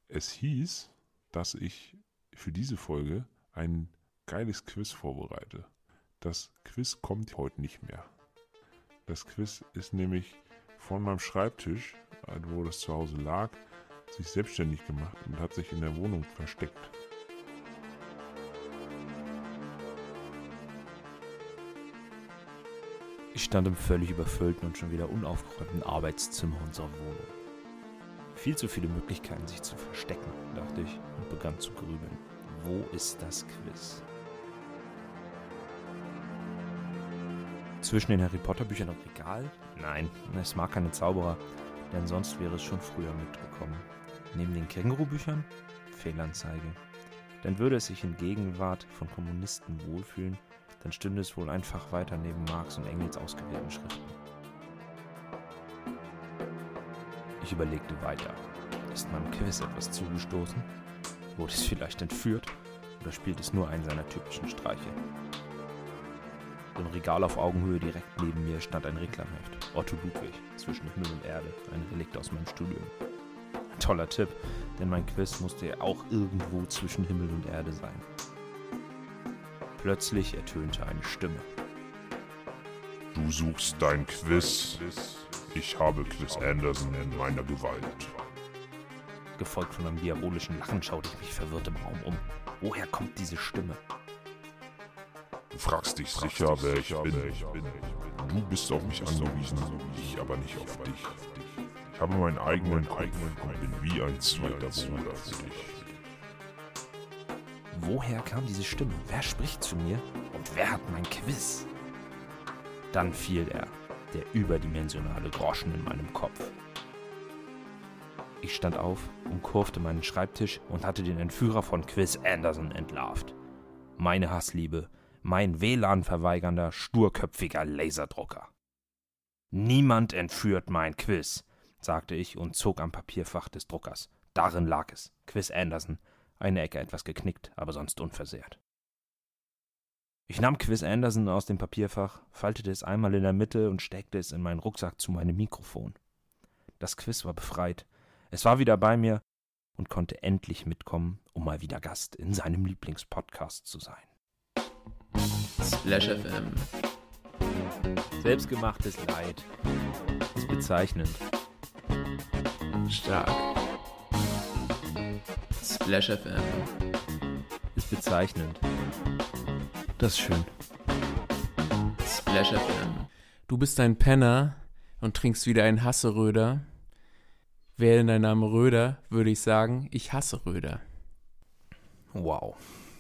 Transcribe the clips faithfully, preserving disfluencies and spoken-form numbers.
Es hieß, dass ich für diese Folge ein geiles Quiz vorbereite. Das Quiz kommt heute nicht mehr. Das Quiz ist nämlich von meinem Schreibtisch, wo das zu Hause lag, sich selbstständig gemacht und hat sich in der Wohnung versteckt. Ich stand im völlig überfüllten und schon wieder unaufgeräumten Arbeitszimmer unserer Wohnung. Viel zu viele Möglichkeiten, sich zu verstecken, dachte ich und begann zu grübeln. Wo ist das Quiz? Zwischen den Harry Potter Büchern im Regal? Nein, es mag keine Zauberer, denn sonst wäre es schon früher mitgekommen. Neben den Känguru-Büchern? Fehlanzeige. Denn würde es sich in Gegenwart von Kommunisten wohlfühlen, dann stünde es wohl einfach weiter neben Marx und Engels ausgewählten Schriften. Ich überlegte weiter. Ist meinem Quiz etwas zugestoßen? Wurde es vielleicht entführt? Oder spielt es nur einen seiner typischen Streiche? Im Regal auf Augenhöhe direkt neben mir stand ein Reklamheft. Otto Ludwig, zwischen Himmel und Erde, ein Relikt aus meinem Studium. Toller Tipp, denn mein Quiz musste ja auch irgendwo zwischen Himmel und Erde sein. Plötzlich ertönte eine Stimme. Du suchst dein Quiz. Ich habe Quiz Anderson in meiner Gewalt. Gefolgt von einem diabolischen Lachen schaute ich mich verwirrt im Raum um. Woher kommt diese Stimme? Du fragst dich sicher, wer ich bin. Du bist auf mich angewiesen, ich aber nicht auf dich. Ich habe meinen eigenen Kopf und bin wie ein zweiter Bruder für dich. Woher kam diese Stimme? Wer spricht zu mir? Und wer hat mein Quiz? Dann fiel er, der überdimensionale Groschen in meinem Kopf. Ich stand auf, umkurvte meinen Schreibtisch und hatte den Entführer von Quiz Anderson entlarvt. Meine Hassliebe, mein W L A N-verweigernder, sturköpfiger Laserdrucker. Niemand entführt mein Quiz, sagte ich und zog am Papierfach des Druckers. Darin lag es, Quiz Anderson, eine Ecke etwas geknickt, aber sonst unversehrt. Ich nahm Quiz Anderson aus dem Papierfach, faltete es einmal in der Mitte und steckte es in meinen Rucksack zu meinem Mikrofon. Das Quiz war befreit. Es war wieder bei mir und konnte endlich mitkommen, um mal wieder Gast in seinem Lieblingspodcast zu sein. Splash F M. Selbstgemachtes Leid. Ist bezeichnend. Stark. Splash F M. Ist bezeichnend. Das ist schön. Splash F M. Du bist ein Penner und trinkst wieder einen Hasseröder. Wäre denn dein Name Röder, würde ich sagen, ich hasse Röder. Wow.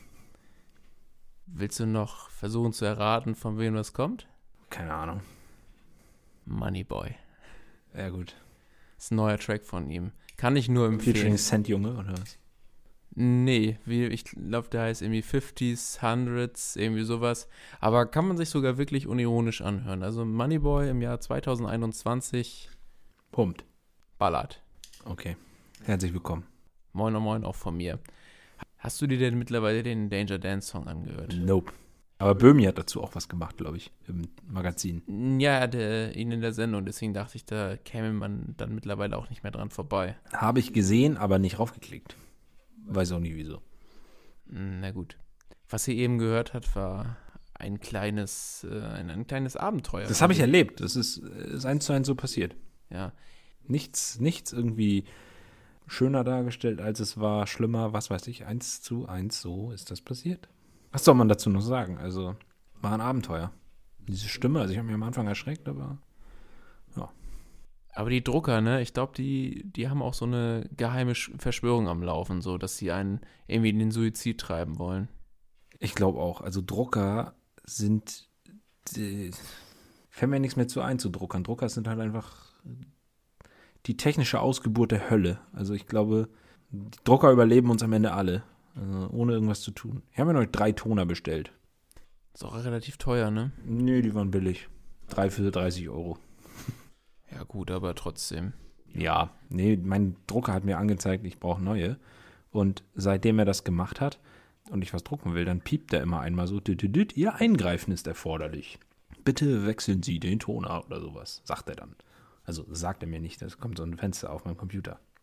Willst du noch versuchen zu erraten, von wem das kommt? Keine Ahnung. Moneyboy. Ja gut. Das ist ein neuer Track von ihm. Kann ich nur empfehlen. Featuring Cent Junge oder was? Nee, wie, ich glaube, der heißt irgendwie fünfziger, Hundreds, irgendwie sowas. Aber kann man sich sogar wirklich unironisch anhören. Also Moneyboy im Jahr zwanzig einundzwanzig Pumpt. ballert. Okay. Herzlich willkommen. Moin und moin auch von mir. Hast du dir denn mittlerweile den Danger Dance Song angehört? Nope. Aber Böhmi hat dazu auch was gemacht, glaube ich, im Magazin. Ja, er hatte ihn in der Sendung, deswegen dachte ich, da käme man dann mittlerweile auch nicht mehr dran vorbei. Habe ich gesehen, aber nicht raufgeklickt. Weiß auch nie wieso. Na gut. Was ihr eben gehört habt, war ein kleines, äh, ein, ein kleines Abenteuer. Das habe ich erlebt. Das ist, ist eins zu eins so passiert. Ja. Nichts, nichts irgendwie schöner dargestellt, als es war, schlimmer, was weiß ich, eins zu eins, so ist das passiert. Was soll man dazu noch sagen? Also, war ein Abenteuer. Diese Stimme, also ich habe mich am Anfang erschreckt, aber ja. Aber die Drucker, ne, ich glaube, die, die haben auch so eine geheime Verschwörung am Laufen, so, dass sie einen irgendwie in den Suizid treiben wollen. Ich glaube auch. Also Drucker sind, die, fällt mir nichts mehr zu ein zu Druckern. Drucker sind halt einfach die technische Ausgeburt der Hölle. Also ich glaube, die Drucker überleben uns am Ende alle, also ohne irgendwas zu tun. Ich habe mir noch drei Toner bestellt. Ist auch relativ teuer, ne? Nee, die waren billig. Drei für dreißig Euro. Ja gut, aber trotzdem. Ja, nee, mein Drucker hat mir angezeigt, ich brauche neue. Und seitdem er das gemacht hat und ich was drucken will, dann piept er immer einmal so, düt, düt, düt, Ihr Eingreifen ist erforderlich. Bitte wechseln Sie den Toner oder sowas, sagt er dann. Also sagt er mir nicht, das kommt so ein Fenster auf meinem Computer.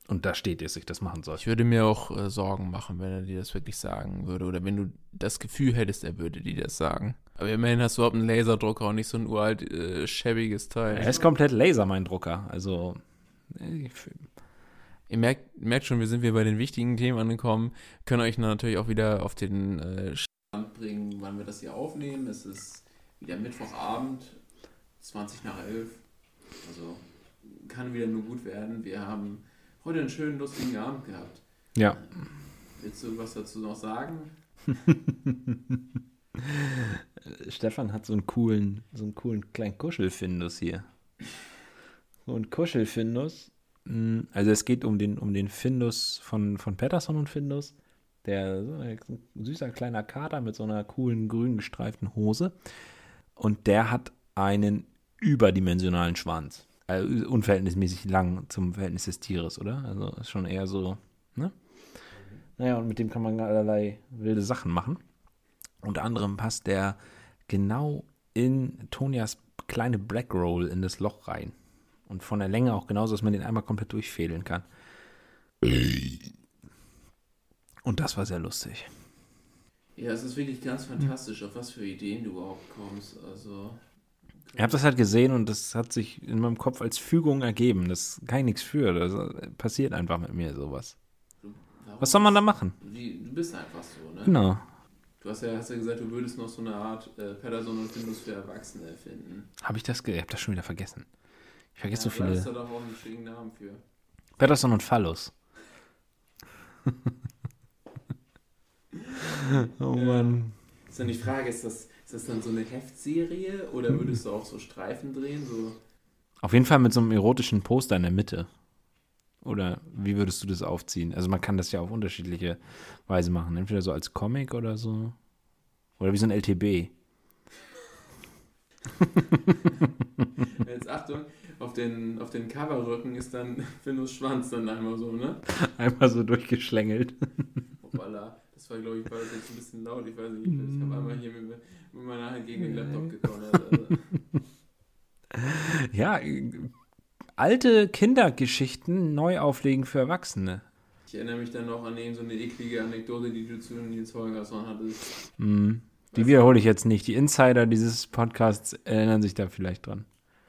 Und da steht, dass ich das machen soll. Ich würde mir auch äh, Sorgen machen, wenn er dir das wirklich sagen würde. Oder wenn du das Gefühl hättest, er würde dir das sagen. Aber immerhin hast du überhaupt einen Laserdrucker und nicht so ein uralt, äh, schäbiges Teil. Er ist komplett Laser, mein Drucker. Also, ich, Ihr merkt, merkt schon, wir sind wieder bei den wichtigen Themen angekommen. Können euch natürlich auch wieder auf den äh, Stand bringen, wann wir das hier aufnehmen. Es ist wieder Mittwochabend, zwanzig nach elf. Also kann wieder nur gut werden. Wir haben heute einen schönen, lustigen Abend gehabt. ja. Willst du was dazu noch sagen? Stefan hat so einen coolen, so einen coolen kleinen Kuschelfindus hier. So ein Kuschelfindus. Also es geht um den, um den Findus von, von Patterson und Findus. Der so ein süßer kleiner Kater mit so einer coolen grün gestreiften Hose. Und der hat einen überdimensionalen Schwanz. Also unverhältnismäßig lang zum Verhältnis des Tieres, oder? Also ist schon eher so, ne? Naja, und mit dem kann man allerlei wilde Sachen machen. Unter anderem passt der genau in Tonias kleine Black Roll in das Loch rein. Und von der Länge auch genauso, dass man den einmal komplett durchfädeln kann. Und das war sehr lustig. Ja, es ist wirklich ganz fantastisch, auf was für Ideen du überhaupt kommst. Also. Ich habe das halt gesehen und das hat sich in meinem Kopf als Fügung ergeben. Das kann ich nichts für. Das passiert einfach mit mir sowas. Warum? Was soll man da machen? Wie, du bist einfach so, ne? Genau. Du hast ja, hast ja gesagt, du würdest noch so eine Art äh, Patterson und Findus für Erwachsene erfinden. Habe ich das? Ge- ich habe das schon wieder vergessen. Ich vergesse Ja, so du hast viele. da doch auch einen schicken Namen für. Patterson und Phallus. Oh Mann. Ist dann die Frage, ist das, ist das dann so eine Heftserie oder würdest du auch so Streifen drehen? So? Auf jeden Fall mit so einem erotischen Poster in der Mitte. Oder wie würdest du das aufziehen? Also man kann das ja auf unterschiedliche Weise machen. Entweder so als Comic oder so. Oder wie so ein L T B. Jetzt Achtung, auf den, auf den Coverrücken ist dann Findus Schwanz dann einmal so, ne? Einmal so durchgeschlängelt. Hoppala, das war, glaube ich, war das jetzt ein bisschen laut. Ich weiß nicht, ich habe einmal hier mit, mit meiner Hand gegen den Laptop gedonnert. Also. Ja, alte Kindergeschichten neu auflegen für Erwachsene. Ich erinnere mich dann noch an eben so eine eklige Anekdote, die du zu Nils Holgersson hattest. Mm, die wiederhole ich jetzt nicht. Die Insider dieses Podcasts erinnern sich da vielleicht dran.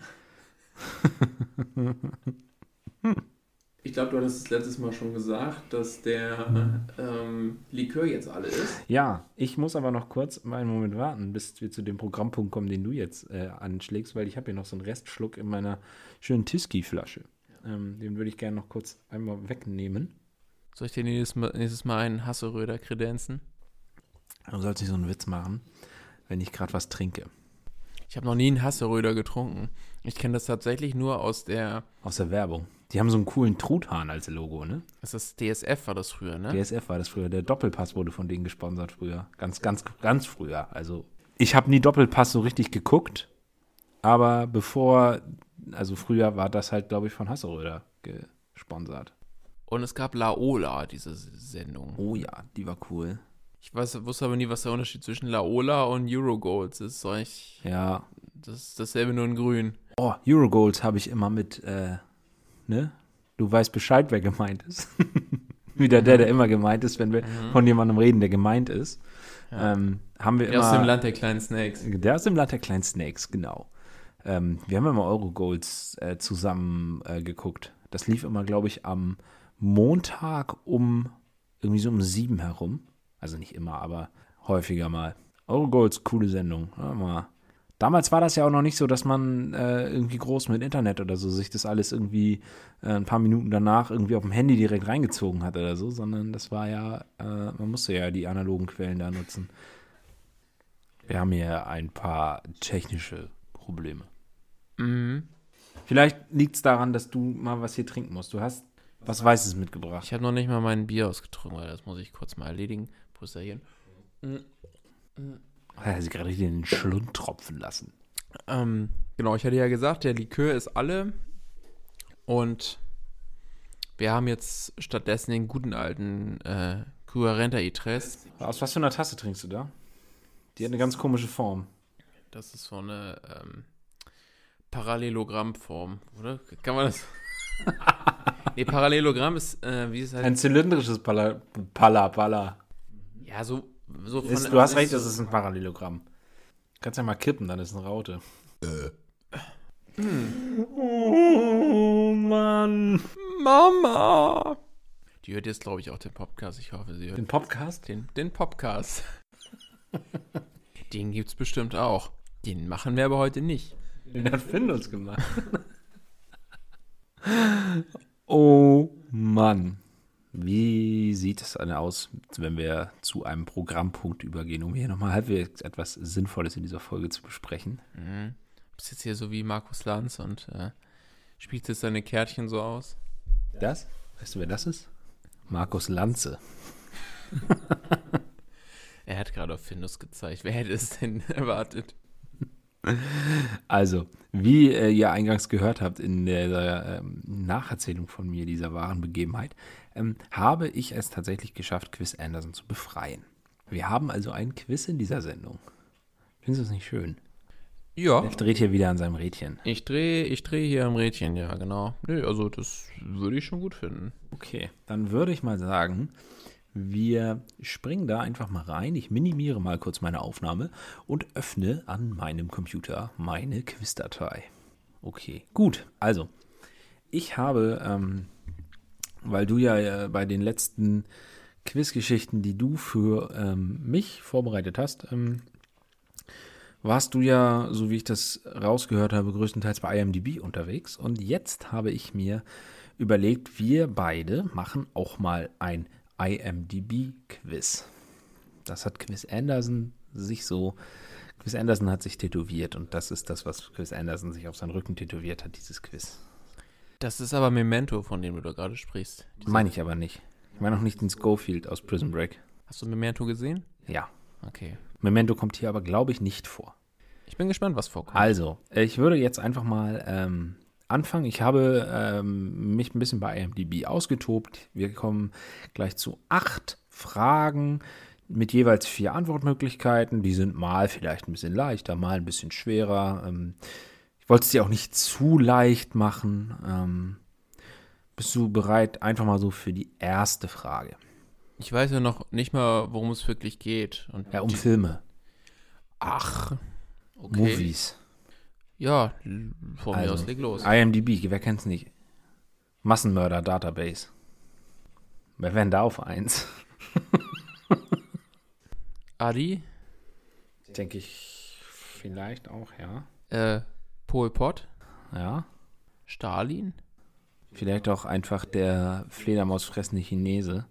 Ich glaube, du hattest es letztes Mal schon gesagt, dass der ähm, Likör jetzt alle ist. Ja, ich muss aber noch kurz mal einen Moment warten, bis wir zu dem Programmpunkt kommen, den du jetzt äh, anschlägst, weil ich habe hier noch so einen Restschluck in meiner schönen Tiski-Flasche. Ähm, den würde ich gerne noch kurz einmal wegnehmen. Soll ich dir nächstes Mal, nächstes Mal einen Hasseröder kredenzen? Du sollst nicht so einen Witz machen, wenn ich gerade was trinke. Ich habe noch nie einen Hasseröder getrunken. Ich kenne das tatsächlich nur aus der... Aus der Werbung. Die haben so einen coolen Truthahn als Logo, ne? Das ist D S F war das früher, ne? D S F war das früher. Der Doppelpass wurde von denen gesponsert früher. Ganz, ganz, ganz früher. Also ich habe nie Doppelpass so richtig geguckt, aber bevor, also früher war das halt, glaube ich, von Hasseröder gesponsert. Und es gab Laola, diese Sendung. Oh ja, die war cool. Ich weiß, wusste aber nie, was der Unterschied zwischen Laola und Eurogolds ist. So ich, Ja. das ist dasselbe, nur in grün. Oh, Eurogolds habe ich immer mit, äh, ne? Du weißt Bescheid, wer gemeint ist. Wieder der, der immer gemeint ist, wenn wir Mhm. von jemandem reden, der gemeint ist. Ja. Ähm, haben wir Der immer, aus dem Land der kleinen Snakes. Der aus dem Land der kleinen Snakes, genau. Ähm, wir haben immer Eurogolds äh, zusammen äh, geguckt. Das lief immer, glaube ich, am Montag um irgendwie so um sieben herum. Also nicht immer, aber häufiger mal. Eurogolds, coole Sendung. Ja, mal. Damals war das ja auch noch nicht so, dass man äh, irgendwie groß mit Internet oder so sich das alles irgendwie äh, ein paar Minuten danach irgendwie auf dem Handy direkt reingezogen hat oder so, sondern das war ja, äh, man musste ja die analogen Quellen da nutzen. Wir haben hier ein paar technische Probleme. Mhm. Vielleicht liegt es daran, dass du mal was hier trinken musst. Du hast was Weißes mitgebracht. Ich habe noch nicht mal mein Bier ausgetrunken, weil das muss ich kurz mal erledigen. Prösterchen. Mhm. Mhm. Er hat sich gerade richtig in den Schlund tropfen lassen. Ähm, genau, ich hatte ja gesagt, der Likör ist alle. Und wir haben jetzt stattdessen den guten alten äh, Quarenta y Tres. Aus was für einer Tasse trinkst du da? Die hat eine ganz komische Form. Das ist so eine ähm, Parallelogrammform, oder? Kann man das? Nee, Parallelogramm ist, äh, wie es halt. Ein zylindrisches Palla, Palla, Palla. Ja, so. so von, Ist, du hast recht, das ist ein Parallelogramm. Kannst ja mal kippen, dann ist eine Raute. Hm. Oh, Mann. Mama! Die hört jetzt, glaube ich, auch den Podcast. Ich hoffe, sie hört Den Podcast? den, den Podcast. Den gibt's bestimmt auch. Den machen wir aber heute nicht. Den hat Findus gemacht. Oh Mann. Wie sieht es denn aus, wenn wir zu einem Programmpunkt übergehen, um hier nochmal halbwegs etwas Sinnvolles in dieser Folge zu besprechen? Mhm. Du bist jetzt hier so wie Markus Lanz und äh, spielst jetzt deine Kärtchen so aus. Das? Weißt du, wer das ist? Markus Lanze. Er hat gerade auf Findus gezeigt. Wer hätte es denn erwartet? Also, wie äh, ihr eingangs gehört habt in der ähm, Nacherzählung von mir dieser wahren Begebenheit, ähm, habe ich es tatsächlich geschafft, Quiz Anderson zu befreien. Wir haben also einen Quiz in dieser Sendung. Findest du das nicht schön? Ja. Er dreht hier wieder an seinem Rädchen. Ich drehe ich dreh hier am Rädchen, ja, genau. Nö, also das würde ich schon gut finden. Okay, dann würde ich mal sagen, wir springen da einfach mal rein. Ich minimiere mal kurz meine Aufnahme und öffne an meinem Computer meine Quizdatei. Okay, gut. Also, ich habe, ähm, weil du ja äh, bei den letzten Quizgeschichten, die du für ähm, mich vorbereitet hast, ähm, warst du ja, so wie ich das rausgehört habe, größtenteils bei I M D B unterwegs. Und jetzt habe ich mir überlegt, wir beide machen auch mal ein I M D B-Quiz. Das hat Quiz Anderson sich so, Quiz Anderson hat sich tätowiert und das ist das, was Quiz Anderson sich auf seinen Rücken tätowiert hat, dieses Quiz. Das ist aber Memento, von dem du da gerade sprichst. Meine ich aber nicht. Ich meine auch nicht den Schofield aus Prison Break. Hast du Memento gesehen? Ja. Okay. Memento kommt hier aber, glaube ich, nicht vor. Ich bin gespannt, was vorkommt. Also, ich würde jetzt einfach mal ähm, anfangen. Ich habe ähm, mich ein bisschen bei I M D B ausgetobt. Wir kommen gleich zu acht Fragen mit jeweils vier Antwortmöglichkeiten. Die sind mal vielleicht ein bisschen leichter, mal ein bisschen schwerer. Ähm, ich wollte es dir auch nicht zu leicht machen. Ähm, bist du bereit, einfach mal so für die erste Frage? Ich weiß ja noch nicht mal, worum es wirklich geht. Und Ja, um die- Filme, Ach, okay. Movies. Ja, l- von mir Also, aus, leg los. I M D B, wer kennt's nicht? Massenmörder-Database. Wer wären da auf eins? Adi, Denke ich vielleicht auch, ja. äh, Pol Pot, Ja. Stalin. Vielleicht auch einfach der Fledermausfressende Chinese.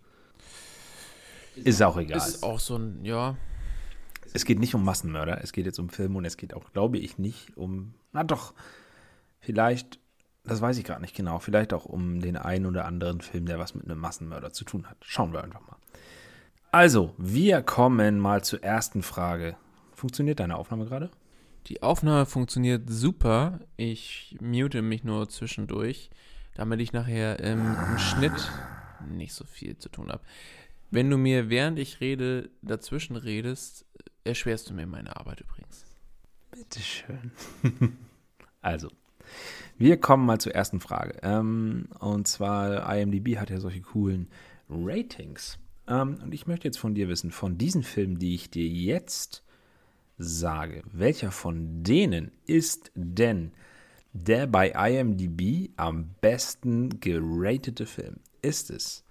Ist auch egal. Ist auch so ein, ja, Es geht nicht um Massenmörder, es geht jetzt um Filme und es geht auch, glaube ich, nicht um, na doch, vielleicht, das weiß ich gerade nicht genau, vielleicht auch um den einen oder anderen Film, der was mit einem Massenmörder zu tun hat. Schauen wir einfach mal. Also, wir kommen mal zur ersten Frage. Funktioniert deine Aufnahme gerade? die Aufnahme funktioniert super. Ich mute mich nur zwischendurch, damit ich nachher ähm, im Schnitt nicht so viel zu tun habe. Wenn du mir, während ich rede, dazwischen redest, erschwerst du mir meine Arbeit übrigens. Bitteschön. Also, wir kommen mal zur ersten Frage. Ähm, und zwar, I M D B hat ja solche coolen Ratings. Ähm, und ich möchte jetzt von dir wissen, von diesen Filmen, die ich dir jetzt sage, welcher von denen ist denn der bei I M D B am besten geratete Film? Ist es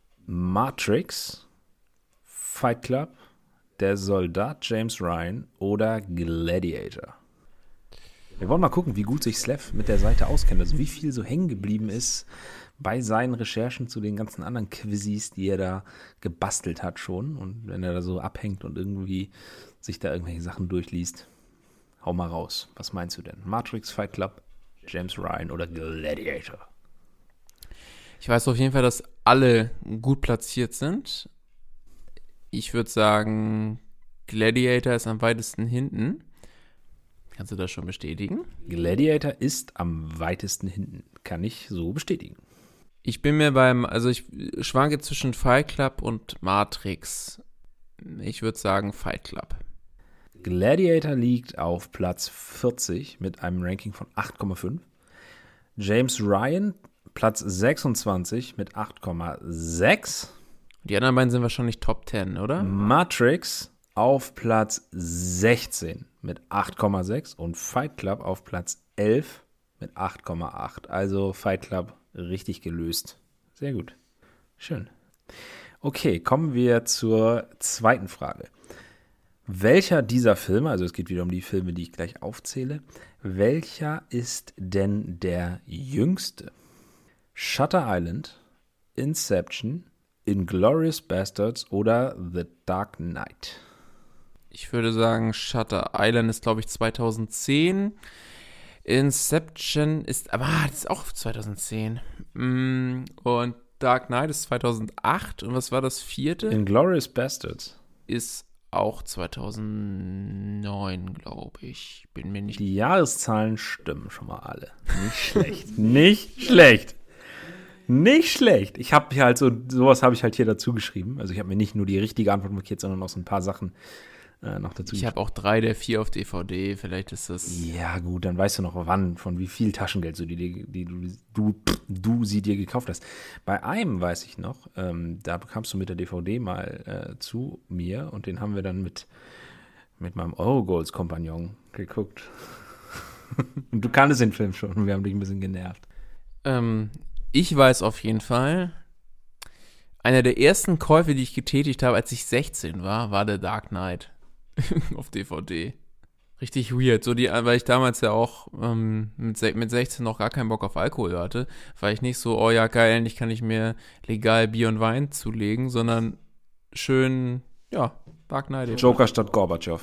Matrix, Fight Club, Der Soldat James Ryan oder Gladiator? Wir wollen mal gucken, wie gut sich Slev mit der Seite auskennt, also wie viel so hängen geblieben ist bei seinen Recherchen zu den ganzen anderen Quizzes, die er da gebastelt hat schon. Und wenn er da so abhängt und irgendwie sich da irgendwelche Sachen durchliest, hau mal raus. Was meinst du denn? Matrix, Fight Club, James Ryan oder Gladiator? Ich weiß auf jeden Fall, dass alle gut platziert sind. Ich würde sagen, Gladiator ist am weitesten hinten. Kannst du das schon bestätigen? Gladiator ist am weitesten hinten. Kann ich so bestätigen. Ich bin mir beim, also ich schwanke zwischen Fight Club und Matrix. Ich würde sagen Fight Club. Gladiator liegt auf Platz vierzig mit einem Ranking von acht Komma fünf. James Ryan Platz sechsundzwanzig mit acht Komma sechs. Die anderen beiden sind wahrscheinlich Top zehn, oder? Matrix auf Platz sechzehn mit acht Komma sechs und Fight Club auf Platz elf mit acht Komma acht. Also Fight Club richtig gelöst. Sehr gut. Schön. Okay, kommen wir zur zweiten Frage. Welcher dieser Filme, also es geht wieder um die Filme, die ich gleich aufzähle, welcher ist denn der jüngste? Shutter Island, Inception, Inglourious Basterds oder The Dark Knight? Ich würde sagen, Shutter Island ist, glaube ich, zweitausendzehn. Inception ist, aber ah, das ist auch zweitausendzehn. Mm, Und Dark Knight ist zweitausendacht. Und was war das vierte? Inglourious Basterds. Ist auch zweitausendneun, glaube ich. Bin mir nicht... Die Jahreszahlen stimmen schon mal alle. Nicht schlecht. Nicht schlecht. Nicht schlecht. Ich habe hier halt so, sowas habe ich halt hier dazu geschrieben. Also ich habe mir nicht nur die richtige Antwort markiert, sondern auch so ein paar Sachen äh, noch dazu Ich habe auch drei der vier auf D V D. Vielleicht ist das... Ja gut, dann weißt du noch wann, von wie viel Taschengeld so die, die, die du, du, du sie dir gekauft hast. Bei einem weiß ich noch, ähm, da kamst du mit der D V D mal äh, zu mir und den haben wir dann mit, mit meinem Eurogoals-Kompagnon geguckt. Und du kanntest den Film schon und wir haben dich ein bisschen genervt. Ähm, ich weiß auf jeden Fall, einer der ersten Käufe, die ich getätigt habe, als ich sechzehn war, war der Dark Knight auf D V D. Richtig weird. So die, weil ich damals ja auch ähm, mit, se- mit sechzehn noch gar keinen Bock auf Alkohol hatte, war ich nicht so, oh ja, geil, endlich kann ich mir legal Bier und Wein zulegen, sondern schön, ja, Dark Knight. eben. Joker statt Gorbatschow.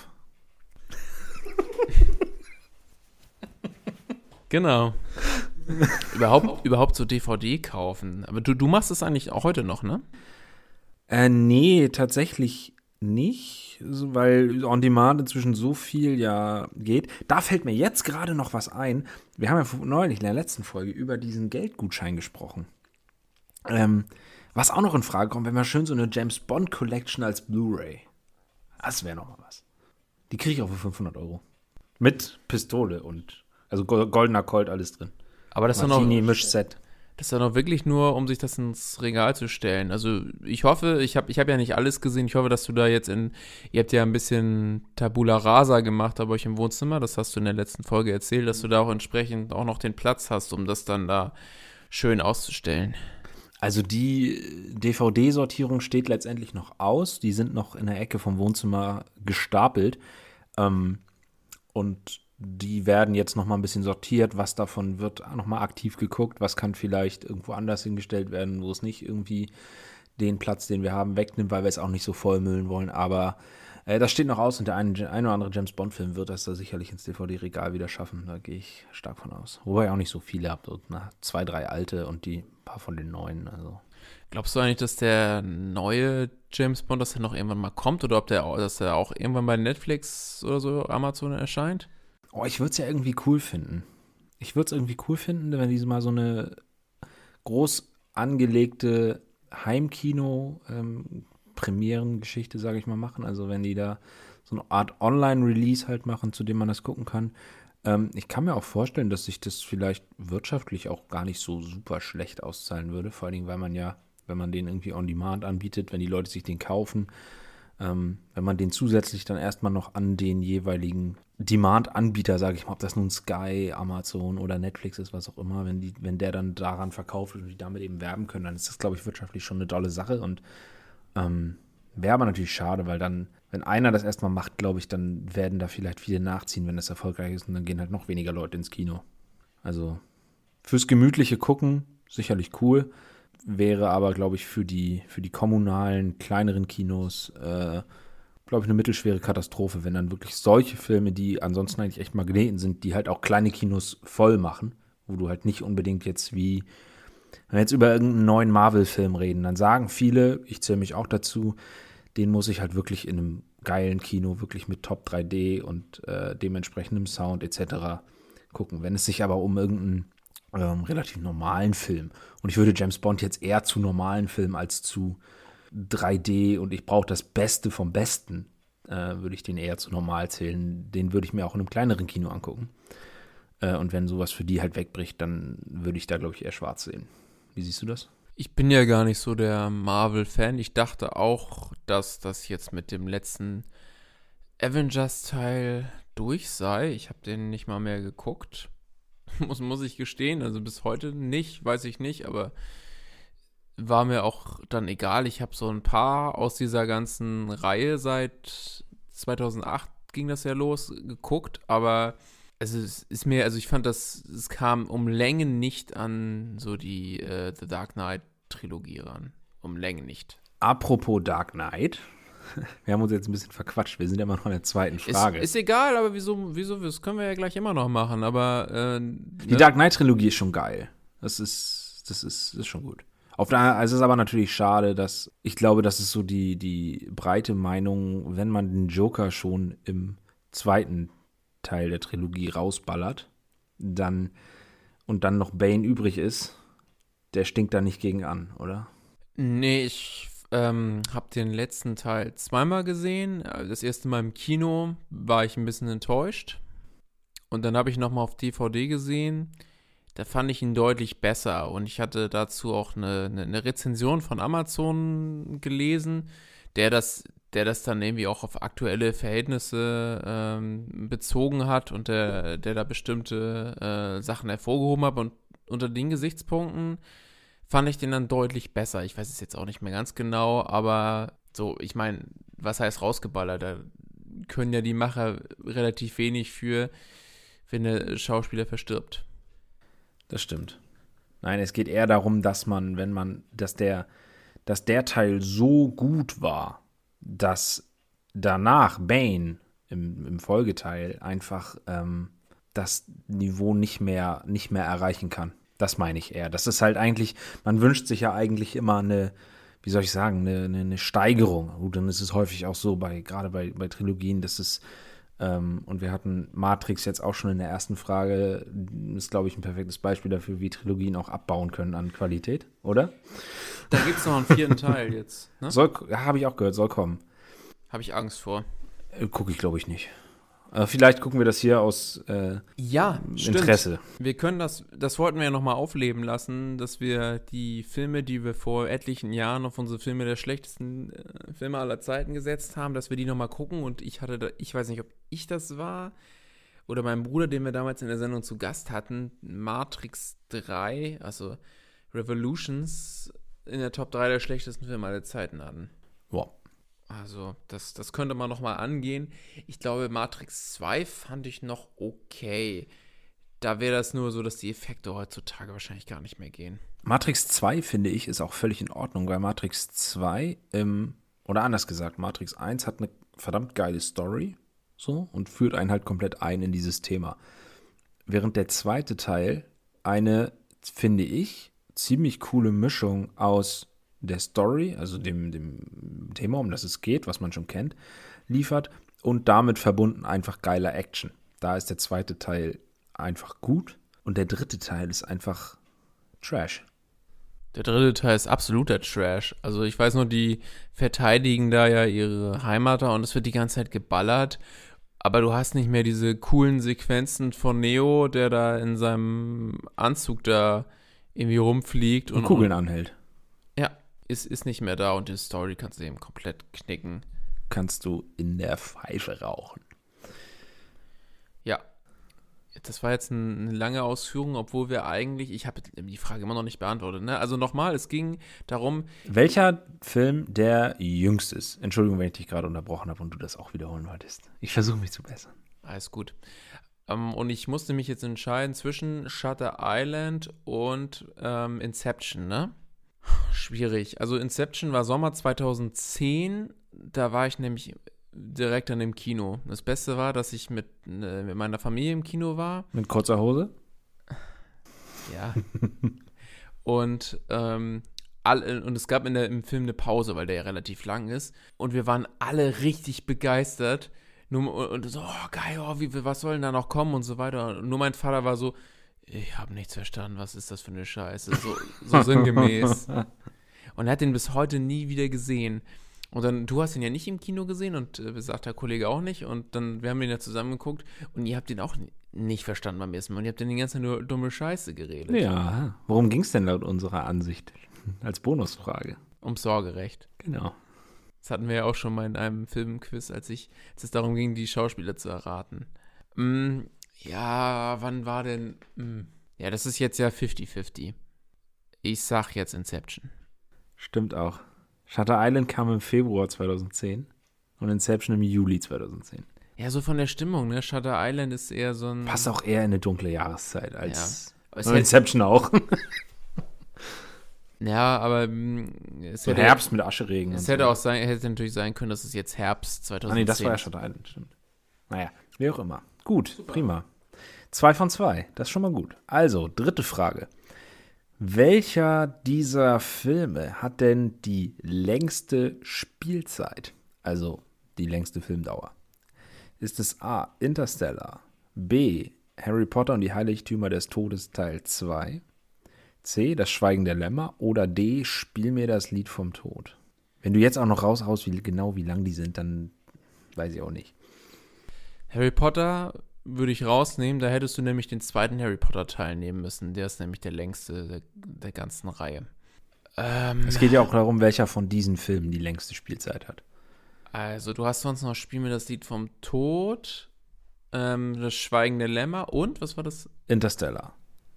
Genau. überhaupt, überhaupt so D V D kaufen. Aber du, du machst es eigentlich auch heute noch, ne? Äh, nee, tatsächlich nicht, so, weil On Demand inzwischen so viel ja geht. Da fällt mir jetzt gerade noch was ein. Wir haben ja neulich in der letzten Folge über diesen Geldgutschein gesprochen. Ähm, was auch noch in Frage kommt, wenn wir schön so eine James Bond Collection als Blu-ray. Das wäre noch mal was. Die kriege ich auch für fünfhundert Euro. Mit Pistole und, also go- goldener Colt, alles drin. Aber das ist doch noch, Martini-Mischset. das ist doch noch wirklich nur, um sich das ins Regal zu stellen. Also ich hoffe, ich habe ich hab ja nicht alles gesehen. Ich hoffe, dass du da jetzt in, ihr habt ja ein bisschen Tabula Rasa gemacht bei euch im Wohnzimmer. Das hast du in der letzten Folge erzählt, dass du da auch entsprechend auch noch den Platz hast, um das dann da schön auszustellen. Also die D V D-Sortierung steht letztendlich noch aus. Die sind noch in der Ecke vom Wohnzimmer gestapelt. Ähm, und die werden jetzt noch mal ein bisschen sortiert. Was davon wird noch mal aktiv geguckt? Was kann vielleicht irgendwo anders hingestellt werden, wo es nicht irgendwie den Platz, den wir haben, wegnimmt, weil wir es auch nicht so vollmüllen wollen. Aber äh, das steht noch aus und der eine, ein oder andere James-Bond-Film wird das da sicherlich ins D V D-Regal wieder schaffen. Da gehe ich stark von aus. Wobei ich auch nicht so viele habe. So, na, zwei, drei alte und die paar von den neuen. Also. Glaubst du eigentlich, dass der neue James Bond, dass der noch irgendwann mal kommt oder ob der, dass der auch irgendwann bei Netflix oder so Amazon erscheint? Oh, ich würde es ja irgendwie cool finden. Ich würde es irgendwie cool finden, wenn die mal so eine groß angelegte Heimkino-Premieren-Geschichte, sage ich mal, machen. Also wenn die da so eine Art Online-Release halt machen, zu dem man das gucken kann. Ähm, ich kann mir auch vorstellen, dass sich das vielleicht wirtschaftlich auch gar nicht so super schlecht auszahlen würde. Vor allen Dingen, weil man ja, wenn man den irgendwie on demand anbietet, wenn die Leute sich den kaufen, ähm, wenn man den zusätzlich dann erstmal noch an den jeweiligen Demand-Anbieter, sage ich mal, ob das nun Sky, Amazon oder Netflix ist, was auch immer, wenn die, wenn der dann daran verkauft und die damit eben werben können, dann ist das, glaube ich, wirtschaftlich schon eine tolle Sache und ähm, wäre aber natürlich schade, weil dann, wenn einer das erstmal macht, glaube ich, dann werden da vielleicht viele nachziehen, wenn das erfolgreich ist und dann gehen halt noch weniger Leute ins Kino. Also fürs gemütliche Gucken sicherlich cool, wäre aber, glaube ich, für die, für die kommunalen, kleineren Kinos, äh, glaube ich, eine mittelschwere Katastrophe, wenn dann wirklich solche Filme, die ansonsten eigentlich echt Magneten sind, die halt auch kleine Kinos voll machen, wo du halt nicht unbedingt jetzt wie, wenn wir jetzt über irgendeinen neuen Marvel-Film reden, dann sagen viele, ich zähle mich auch dazu, den muss ich halt wirklich in einem geilen Kino, wirklich mit Top drei D und äh, dementsprechendem Sound et cetera gucken. Wenn es sich aber um irgendeinen ähm, relativ normalen Film, und ich würde James Bond jetzt eher zu normalen Filmen als zu drei D und ich brauche das Beste vom Besten, äh, würde ich den eher zu normal zählen. Den würde ich mir auch in einem kleineren Kino angucken. Äh, und wenn sowas für die halt wegbricht, dann würde ich da, glaube ich, eher schwarz sehen. Wie siehst du das? Ich bin ja gar nicht so der Marvel-Fan. Ich dachte auch, dass das jetzt mit dem letzten Avengers-Teil durch sei. Ich habe den nicht mal mehr geguckt. muss, muss ich gestehen. Also bis heute nicht, weiß ich nicht. Aber war mir auch dann egal. Ich habe so ein paar aus dieser ganzen Reihe seit zweitausendacht ging das ja los, geguckt. Aber also es ist mir, also ich fand das, es kam um Längen nicht an so die äh, The Dark Knight Trilogie ran. Um Längen nicht. Apropos Dark Knight. Wir haben uns jetzt ein bisschen verquatscht. Wir sind ja immer noch in der zweiten Frage. Ist, ist egal, aber wieso, wieso, das können wir ja gleich immer noch machen, aber äh, die ne? Dark Knight Trilogie ist schon geil. Das ist, das ist, das ist schon gut. Auf der, also es ist aber natürlich schade, dass, ich glaube, das ist so die, die breite Meinung, wenn man den Joker schon im zweiten Teil der Trilogie rausballert, dann und dann noch Bane übrig ist, der stinkt da nicht gegen an, oder? Nee, ich ähm, habe den letzten Teil zweimal gesehen. Das erste Mal im Kino war ich ein bisschen enttäuscht. Und dann habe ich nochmal auf D V D gesehen. Da fand ich ihn deutlich besser. Und ich hatte dazu auch eine, eine, eine Rezension von Amazon gelesen, der das, der das dann irgendwie auch auf aktuelle Verhältnisse ähm, bezogen hat und der, der da bestimmte äh, Sachen hervorgehoben hat. Und unter den Gesichtspunkten fand ich den dann deutlich besser. Ich weiß es jetzt auch nicht mehr ganz genau, aber so, ich meine, was heißt rausgeballert? Da können ja die Macher relativ wenig für, wenn der Schauspieler verstirbt. Das stimmt. Nein, es geht eher darum, dass man, wenn man, dass der, dass der Teil so gut war, dass danach Bane im, im Folgeteil einfach ähm, das Niveau nicht mehr, nicht mehr erreichen kann. Das meine ich eher. Das ist halt eigentlich, man wünscht sich ja eigentlich immer eine, wie soll ich sagen, eine, eine, eine Steigerung. Gut, dann ist es häufig auch so, bei gerade bei, bei Trilogien, dass es, ähm, und wir hatten Matrix jetzt auch schon in der ersten Frage, ist, glaube ich, ein perfektes Beispiel dafür, wie Trilogien auch abbauen können an Qualität, oder? Da gibt es noch einen vierten Teil jetzt. Ne? Soll, ja, habe ich auch gehört, soll kommen. Habe ich Angst vor. Äh, Gucke ich, glaube ich, nicht. Äh, vielleicht gucken wir das hier aus äh, ja, Interesse. Stimmt. Wir können das, das wollten wir ja nochmal aufleben lassen, dass wir die Filme, die wir vor etlichen Jahren auf unsere Filme der schlechtesten äh, Filme aller Zeiten gesetzt haben, dass wir die nochmal gucken. Und ich hatte, da, ich weiß nicht, ob ich das war oder mein Bruder, den wir damals in der Sendung zu Gast hatten, Matrix drei, also Revolutions, in der Top drei der schlechtesten Filme aller Zeiten hatten. Wow. Also, das, das könnte man nochmal angehen. Ich glaube, Matrix zwei fand ich noch okay. Da wäre das nur so, dass die Effekte heutzutage wahrscheinlich gar nicht mehr gehen. Matrix zwei, finde ich, ist auch völlig in Ordnung, weil Matrix zwei, ähm, oder anders gesagt, Matrix eins hat eine verdammt geile Story, so, und führt einen halt komplett ein in dieses Thema. Während der zweite Teil eine, finde ich, ziemlich coole Mischung aus der Story, also dem, dem Thema, um das es geht, was man schon kennt, liefert und damit verbunden einfach geiler Action. Da ist der zweite Teil einfach gut und der dritte Teil ist einfach Trash. Der dritte Teil ist absoluter Trash. Also ich weiß nur, die verteidigen da ja ihre Heimat und es wird die ganze Zeit geballert, aber du hast nicht mehr diese coolen Sequenzen von Neo, der da in seinem Anzug da irgendwie rumfliegt und, und Kugeln und, anhält. Ja, ist, ist nicht mehr da und die Story kannst du eben komplett knicken. Kannst du in der Pfeife rauchen. Ja. Das war jetzt eine lange Ausführung, obwohl wir eigentlich, ich habe die Frage immer noch nicht beantwortet, ne? Also nochmal, es ging darum. Welcher Film der jüngst ist? Entschuldigung, wenn ich dich gerade unterbrochen habe und du das auch wiederholen wolltest. Ich versuche mich zu bessern. Alles gut. Um, und ich musste mich jetzt entscheiden zwischen Shutter Island und ähm, Inception, ne? Schwierig. Also Inception war Sommer zweitausendzehn, da war ich nämlich direkt an dem Kino. Das Beste war, dass ich mit, äh, mit meiner Familie im Kino war. Mit kurzer Hose? Ja. und, ähm, all, und es gab in der, im Film eine Pause, weil der ja relativ lang ist. Und wir waren alle richtig begeistert. Nur, und so, oh geil, oh, wie, was soll denn da noch kommen und so weiter. Und nur mein Vater war so, ich habe nichts verstanden, was ist das für eine Scheiße? So, so sinngemäß. Und er hat den bis heute nie wieder gesehen. Und dann, du hast ihn ja nicht im Kino gesehen und äh, sagt der Kollege auch nicht. Und dann, wir haben ihn ja zusammen geguckt und ihr habt ihn auch nicht verstanden beim ersten Mal. Und ihr habt dann die ganze Zeit nur dumme Scheiße geredet. Ja, worum ging es denn laut unserer Ansicht? Als Bonusfrage. Ums Sorgerecht. Genau. Das hatten wir ja auch schon mal in einem Filmquiz, als ich, als es darum ging, die Schauspieler zu erraten. Mm, ja, wann war denn? Mm, ja, das ist jetzt ja fifty fifty. Ich sag jetzt Inception. Stimmt auch. Shutter Island kam im Februar zweitausendzehn und Inception im Juli zweitausendzehn. Ja, so von der Stimmung, ne? Shutter Island ist eher so ein... Passt auch eher in eine dunkle Jahreszeit als ja. und Inception auch. Ja, aber mh, es So hätte, Herbst mit Ascheregen. es und hätte so. auch sein, hätte natürlich sein können, dass es jetzt Herbst Ah, zweitausendzehn nee, das war ja Shutter Island, stimmt. Naja, wie auch immer. Gut, super. Prima. Zwei von zwei, das ist schon mal gut. Also, dritte Frage. Welcher dieser Filme hat denn die längste Spielzeit? Also die längste Filmdauer. Ist es A. Interstellar, B. Harry Potter und die Heiligtümer des Todes Teil zwei, C. Das Schweigen der Lämmer oder D. Spiel mir das Lied vom Tod? Wenn du jetzt auch noch raushaust, wie genau wie lang die sind, dann weiß ich auch nicht. Harry Potter würde ich rausnehmen, da hättest du nämlich den zweiten Harry Potter Teil nehmen müssen. Der ist nämlich der längste der, der ganzen Reihe. Ähm, Es geht ja auch darum, welcher von diesen Filmen die längste Spielzeit hat. Also, du hast sonst noch Spiel mir das Lied vom Tod, ähm, das Schweigen der Lämmer und, was war das? Interstellar.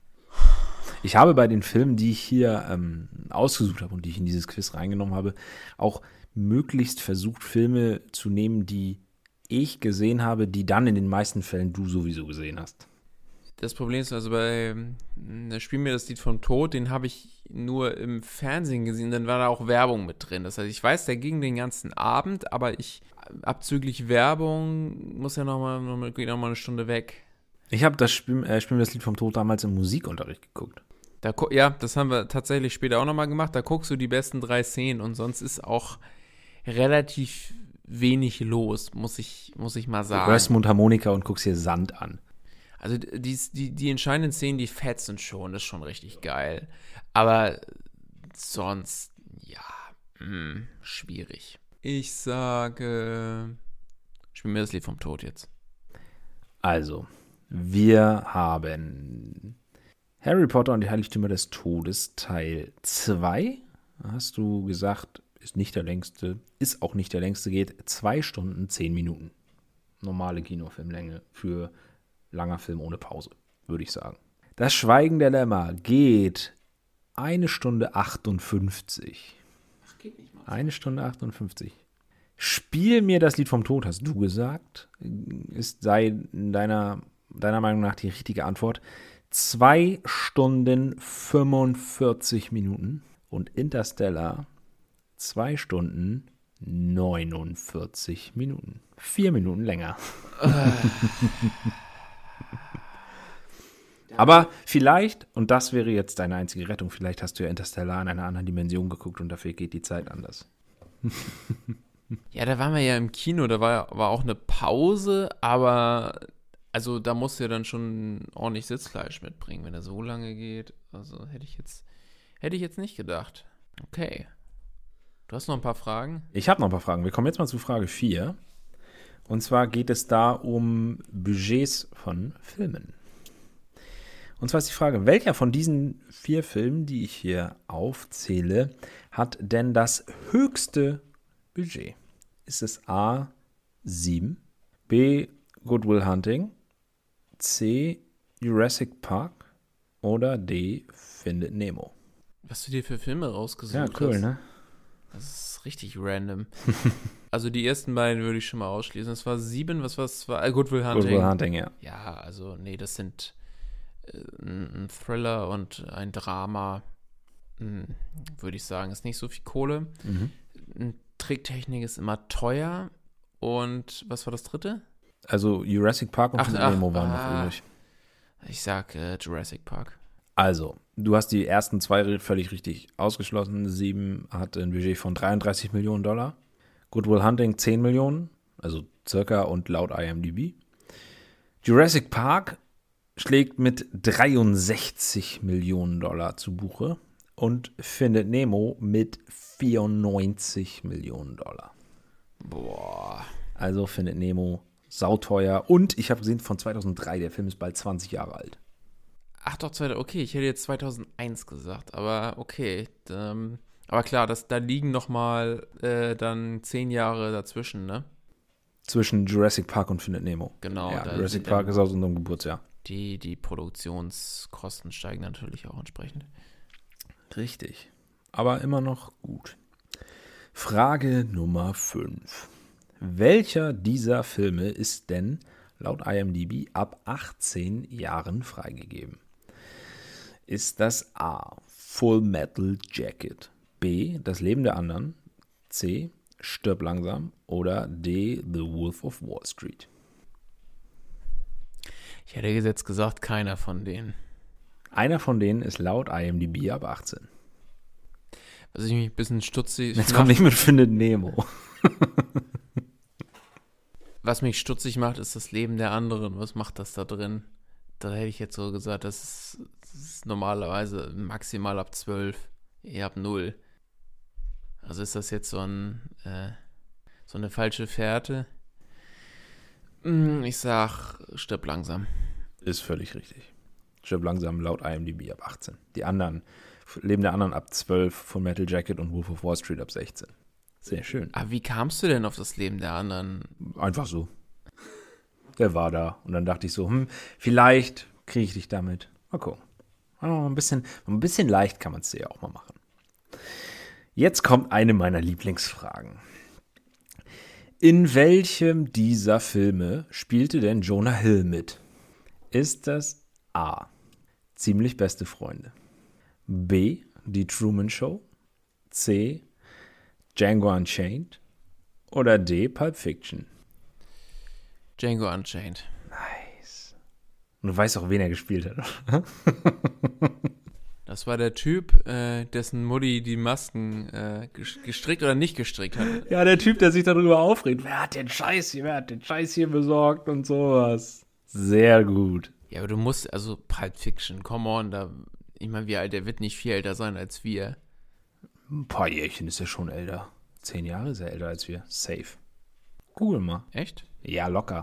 Ich habe bei den Filmen, die ich hier ähm, ausgesucht habe und die ich in dieses Quiz reingenommen habe, auch möglichst versucht, Filme zu nehmen, die ich gesehen habe, die dann in den meisten Fällen du sowieso gesehen hast. Das Problem ist also bei ähm, Spiel mir das Lied vom Tod, den habe ich nur im Fernsehen gesehen, dann war da auch Werbung mit drin. Das heißt, ich weiß, der ging den ganzen Abend, aber ich, abzüglich Werbung, muss ja nochmal noch mal, geht noch mal eine Stunde weg. Ich habe das Spiel, äh, Spiel mir das Lied vom Tod damals im Musikunterricht geguckt. Da, ja, das haben wir tatsächlich später auch nochmal gemacht. Da guckst du die besten drei Szenen und sonst ist auch relativ wenig los, muss ich, muss ich mal sagen. Du hörst Mundharmonika und guckst dir Sand an. Also die, die, die entscheidenden Szenen, die fetzen schon, das ist schon richtig geil. Aber sonst, ja, mh, schwierig. Ich sage, spiel mir das Lied vom Tod jetzt. Also, wir haben Harry Potter und die Heiligtümer des Todes Teil zwei. Hast du gesagt, ist nicht der längste, ist auch nicht der längste, geht zwei Stunden, zehn Minuten. Normale Kinofilmlänge für langer Film ohne Pause, würde ich sagen. Das Schweigen der Lämmer geht eine Stunde achtundfünfzig. Ach, geht nicht mal. Eine Stunde achtundfünfzig. Spiel mir das Lied vom Tod, hast du gesagt. Ist, sei in deiner, deiner Meinung nach die richtige Antwort. Zwei Stunden fünfundvierzig Minuten. Und Interstellar zwei Stunden neunundvierzig Minuten. Vier Minuten länger. Aber vielleicht, und das wäre jetzt deine einzige Rettung, vielleicht hast du ja Interstellar in einer anderen Dimension geguckt und dafür geht die Zeit anders. Ja, da waren wir ja im Kino, da war, war auch eine Pause, aber also da musst du ja dann schon ordentlich Sitzfleisch mitbringen, wenn er so lange geht. Also hätte ich jetzt, hätte ich jetzt nicht gedacht. Okay. Du hast noch ein paar Fragen? Ich habe noch ein paar Fragen. Wir kommen jetzt mal zu Frage vier. Und zwar geht es da um Budgets von Filmen. Und zwar ist die Frage, welcher von diesen vier Filmen, die ich hier aufzähle, hat denn das höchste Budget? Ist es A, sieben, B, Good Will Hunting, C, Jurassic Park oder D, Findet Nemo? Was du dir für Filme rausgesucht Ja, hast. cool, ne? Das ist richtig random. Also die ersten beiden würde ich schon mal ausschließen. Es war sieben, was war es? War äh, Good Will Hunting. Good Will Hunting, ja. Ja, also nee, das sind äh, ein Thriller und ein Drama. Hm, würde ich sagen, ist nicht so viel Kohle. Mhm. Tricktechnik ist immer teuer. Und was war das dritte? Also Jurassic Park und Ach, Findet ach, Nemo waren ah. noch übrig. Ich sag äh, Jurassic Park. Also, du hast die ersten zwei völlig richtig ausgeschlossen. Sieben hat ein Budget von dreiunddreißig Millionen Dollar. Good Will Hunting zehn Millionen, also circa und laut IMDb. Jurassic Park schlägt mit dreiundsechzig Millionen Dollar zu Buche und Findet Nemo mit vierundneunzig Millionen Dollar. Boah. Also Findet Nemo sauteuer und ich habe gesehen von zweitausenddrei, der Film ist bald zwanzig Jahre alt. Ach doch, zweita- okay, ich hätte jetzt zweitausendeins gesagt, aber okay. Ähm, aber klar, das, da liegen nochmal äh, dann zehn Jahre dazwischen, ne? Zwischen Jurassic Park und Findet Nemo. Genau. Ja, da Jurassic sind Park dann ist aus unserem Geburtsjahr. Die, die Produktionskosten steigen natürlich auch entsprechend. Richtig. Aber immer noch gut. Frage Nummer fünf. Welcher dieser Filme ist denn laut IMDb ab achtzehn Jahren freigegeben? Ist das A. Full Metal Jacket, B. Das Leben der anderen, C. Stirb langsam oder D. The Wolf of Wall Street? Ich hätte jetzt gesagt, keiner von denen. Einer von denen ist laut IMDb ab achtzehn. Was ich mich ein bisschen stutzig Jetzt kommt nicht mit Findet Nemo. Was mich stutzig macht, ist das Leben der anderen. Was macht das da drin? Da hätte ich jetzt so gesagt, das ist, das ist normalerweise maximal ab zwölf, eher ab null. Also ist das jetzt so, ein, äh, so eine falsche Fährte? Hm, Ich sag, stirb langsam. Ist völlig richtig. Stirb langsam laut IMDb ab achtzehn. Die anderen, Leben der anderen ab zwölf, von Metal Jacket und Wolf of Wall Street ab sechzehn. Sehr schön. Aber wie kamst du denn auf das Leben der anderen? Einfach so. Der war da. Und dann dachte ich so, hm, vielleicht kriege ich dich damit. Mal gucken. Oh, ein bisschen, ein bisschen leicht kann man es ja auch mal machen. Jetzt kommt eine meiner Lieblingsfragen. In welchem dieser Filme spielte denn Jonah Hill mit? Ist das A. Ziemlich beste Freunde, B. Die Truman Show, C. Django Unchained oder D. Pulp Fiction? Django Unchained. Nice. Und du weißt auch, wen er gespielt hat. Das war der Typ, äh, dessen Mutti die Masken äh, ges- gestrickt oder nicht gestrickt hat. Ja, der Typ, der sich darüber aufregt. Wer hat den Scheiß hier, wer hat den Scheiß hier besorgt und sowas. Sehr gut. Ja, aber du musst, also Pulp Fiction, come on, da, ich meine, wie alt, der wird nicht viel älter sein als wir. Ein paar Jährchen ist er schon älter. Zehn Jahre ist er älter als wir. Safe. Google mal. Echt? Ja, locker.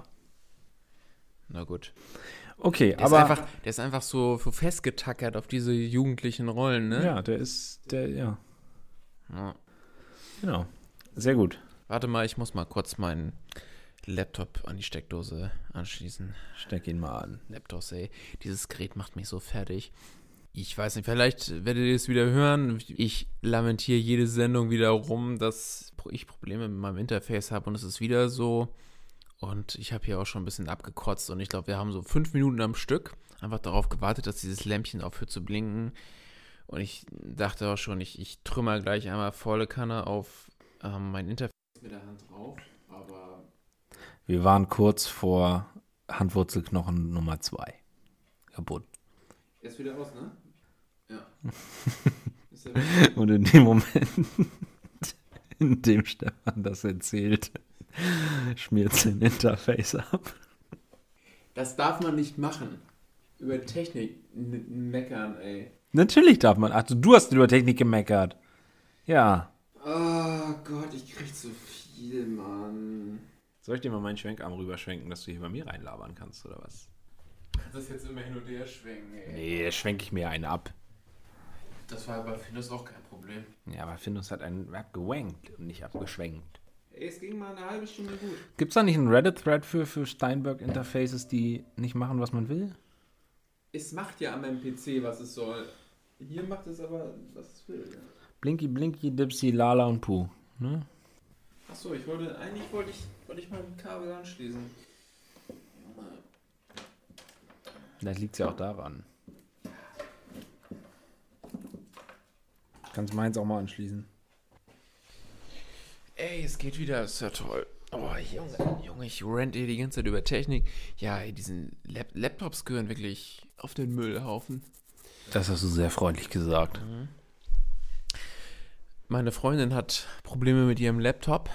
Na gut. Okay, Der, aber... ist, einfach, der ist einfach so, so festgetackert auf diese jugendlichen Rollen, ne? Ja, der ist... Der, ja, Ja. genau. Sehr gut. Warte mal, ich muss mal kurz meinen Laptop an die Steckdose anschließen. Steck ihn mal an. Laptop, ey. Dieses Gerät macht mich so fertig. Ich weiß nicht, vielleicht werdet ihr es wieder hören. Ich lamentiere jede Sendung wieder rum, dass ich Probleme mit meinem Interface habe und es ist wieder so. Und ich habe hier auch schon ein bisschen abgekotzt und ich glaube, wir haben so fünf Minuten am Stück einfach darauf gewartet, dass dieses Lämpchen aufhört zu blinken. Und ich dachte auch schon, ich, ich trümmer gleich einmal volle Kanne auf ähm, mein Interface mit der Hand drauf. Aber Wir waren kurz vor Handwurzelknochen Nummer zwei. Kaputt. ist wieder aus, ne? Ja. Ist ja Und in dem Moment, in dem Stefan das erzählt, schmiert sein Interface ab. Das darf man nicht machen. Über Technik n- meckern, ey. Natürlich darf man. Ach, du hast über Technik gemeckert. Ja. Oh Gott, ich krieg zu viel, Mann. Soll ich dir mal meinen Schwenkarm rüberschwenken, dass du hier bei mir reinlabern kannst, oder was? Du kannst das jetzt immer hin und her schwenken, ey. Nee, da schwenke ich mir einen ab. Das war bei Findus auch kein Problem. Ja, aber Findus hat einen abgewankt und nicht abgeschwenkt. Ey, es ging mal eine halbe Stunde gut. Gibt's da nicht einen Reddit-Thread für, für Steinberg-Interfaces, die nicht machen, was man will? Es macht ja an meinem P C, was es soll. Hier macht es aber, was es will. Ja. Blinky, Blinky, Dipsy, Lala und Pooh. Ne? Achso, ich wollte, eigentlich wollte ich, wollte ich mal ein Kabel anschließen. Vielleicht liegt's ja auch daran. Kannst meins auch mal anschließen. Ey, es geht wieder, ist ja toll. Oh, Junge, Junge, ich rant hier die ganze Zeit über Technik. Ja, ey, diesen Lap- Laptops gehören wirklich auf den Müllhaufen. Das hast du sehr freundlich gesagt. Meine Freundin hat Probleme mit ihrem Laptop.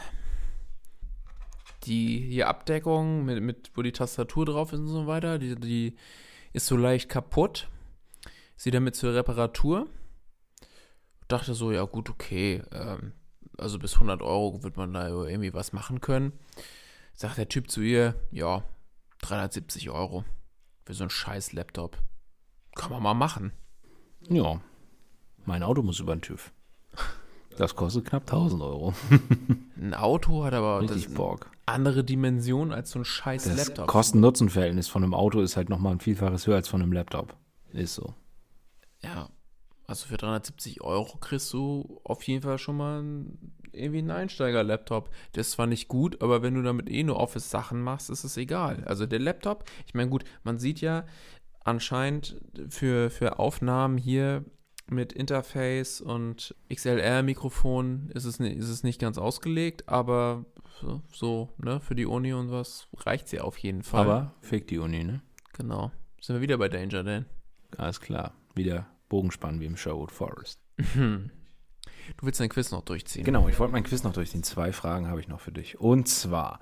Die hier Abdeckung, mit, mit, wo die Tastatur drauf ist und so weiter, die, die ist so leicht kaputt. Sie damit zur Reparatur. Dachte so, ja gut, okay, ähm, also bis hundert Euro wird man da irgendwie was machen können. Sagt der Typ zu ihr, ja, dreihundertsiebzig Euro für so einen scheiß Laptop. Kann man mal machen. Ja, mein Auto muss über den TÜV. Das kostet knapp tausend Euro. Ein Auto hat aber Richtig das Bock. andere Dimension als so ein scheiß Das Laptop. Kosten-Nutzen-Verhältnis von einem Auto ist halt nochmal ein Vielfaches höher als von einem Laptop. Ist so. Ja, also für dreihundertsiebzig Euro kriegst du auf jeden Fall schon mal ein, irgendwie einen Einsteiger-Laptop. Der ist zwar nicht gut, aber wenn du damit eh nur Office-Sachen machst, ist es egal. Also der Laptop, ich meine gut, man sieht ja anscheinend für, für Aufnahmen hier mit Interface und X L R-Mikrofon ist es, ist es nicht ganz ausgelegt, aber so, so ne, für die Uni und was reicht sie auf jeden Fall. Aber fick die Uni, ne? Genau. Sind wir wieder bei Danger Dan. Alles klar. Wieder Bogenspannen wie im Sherwood Forest. Du willst dein Quiz noch durchziehen. Genau, ich wollte mein Quiz noch durchziehen. Zwei Fragen habe ich noch für dich. Und zwar,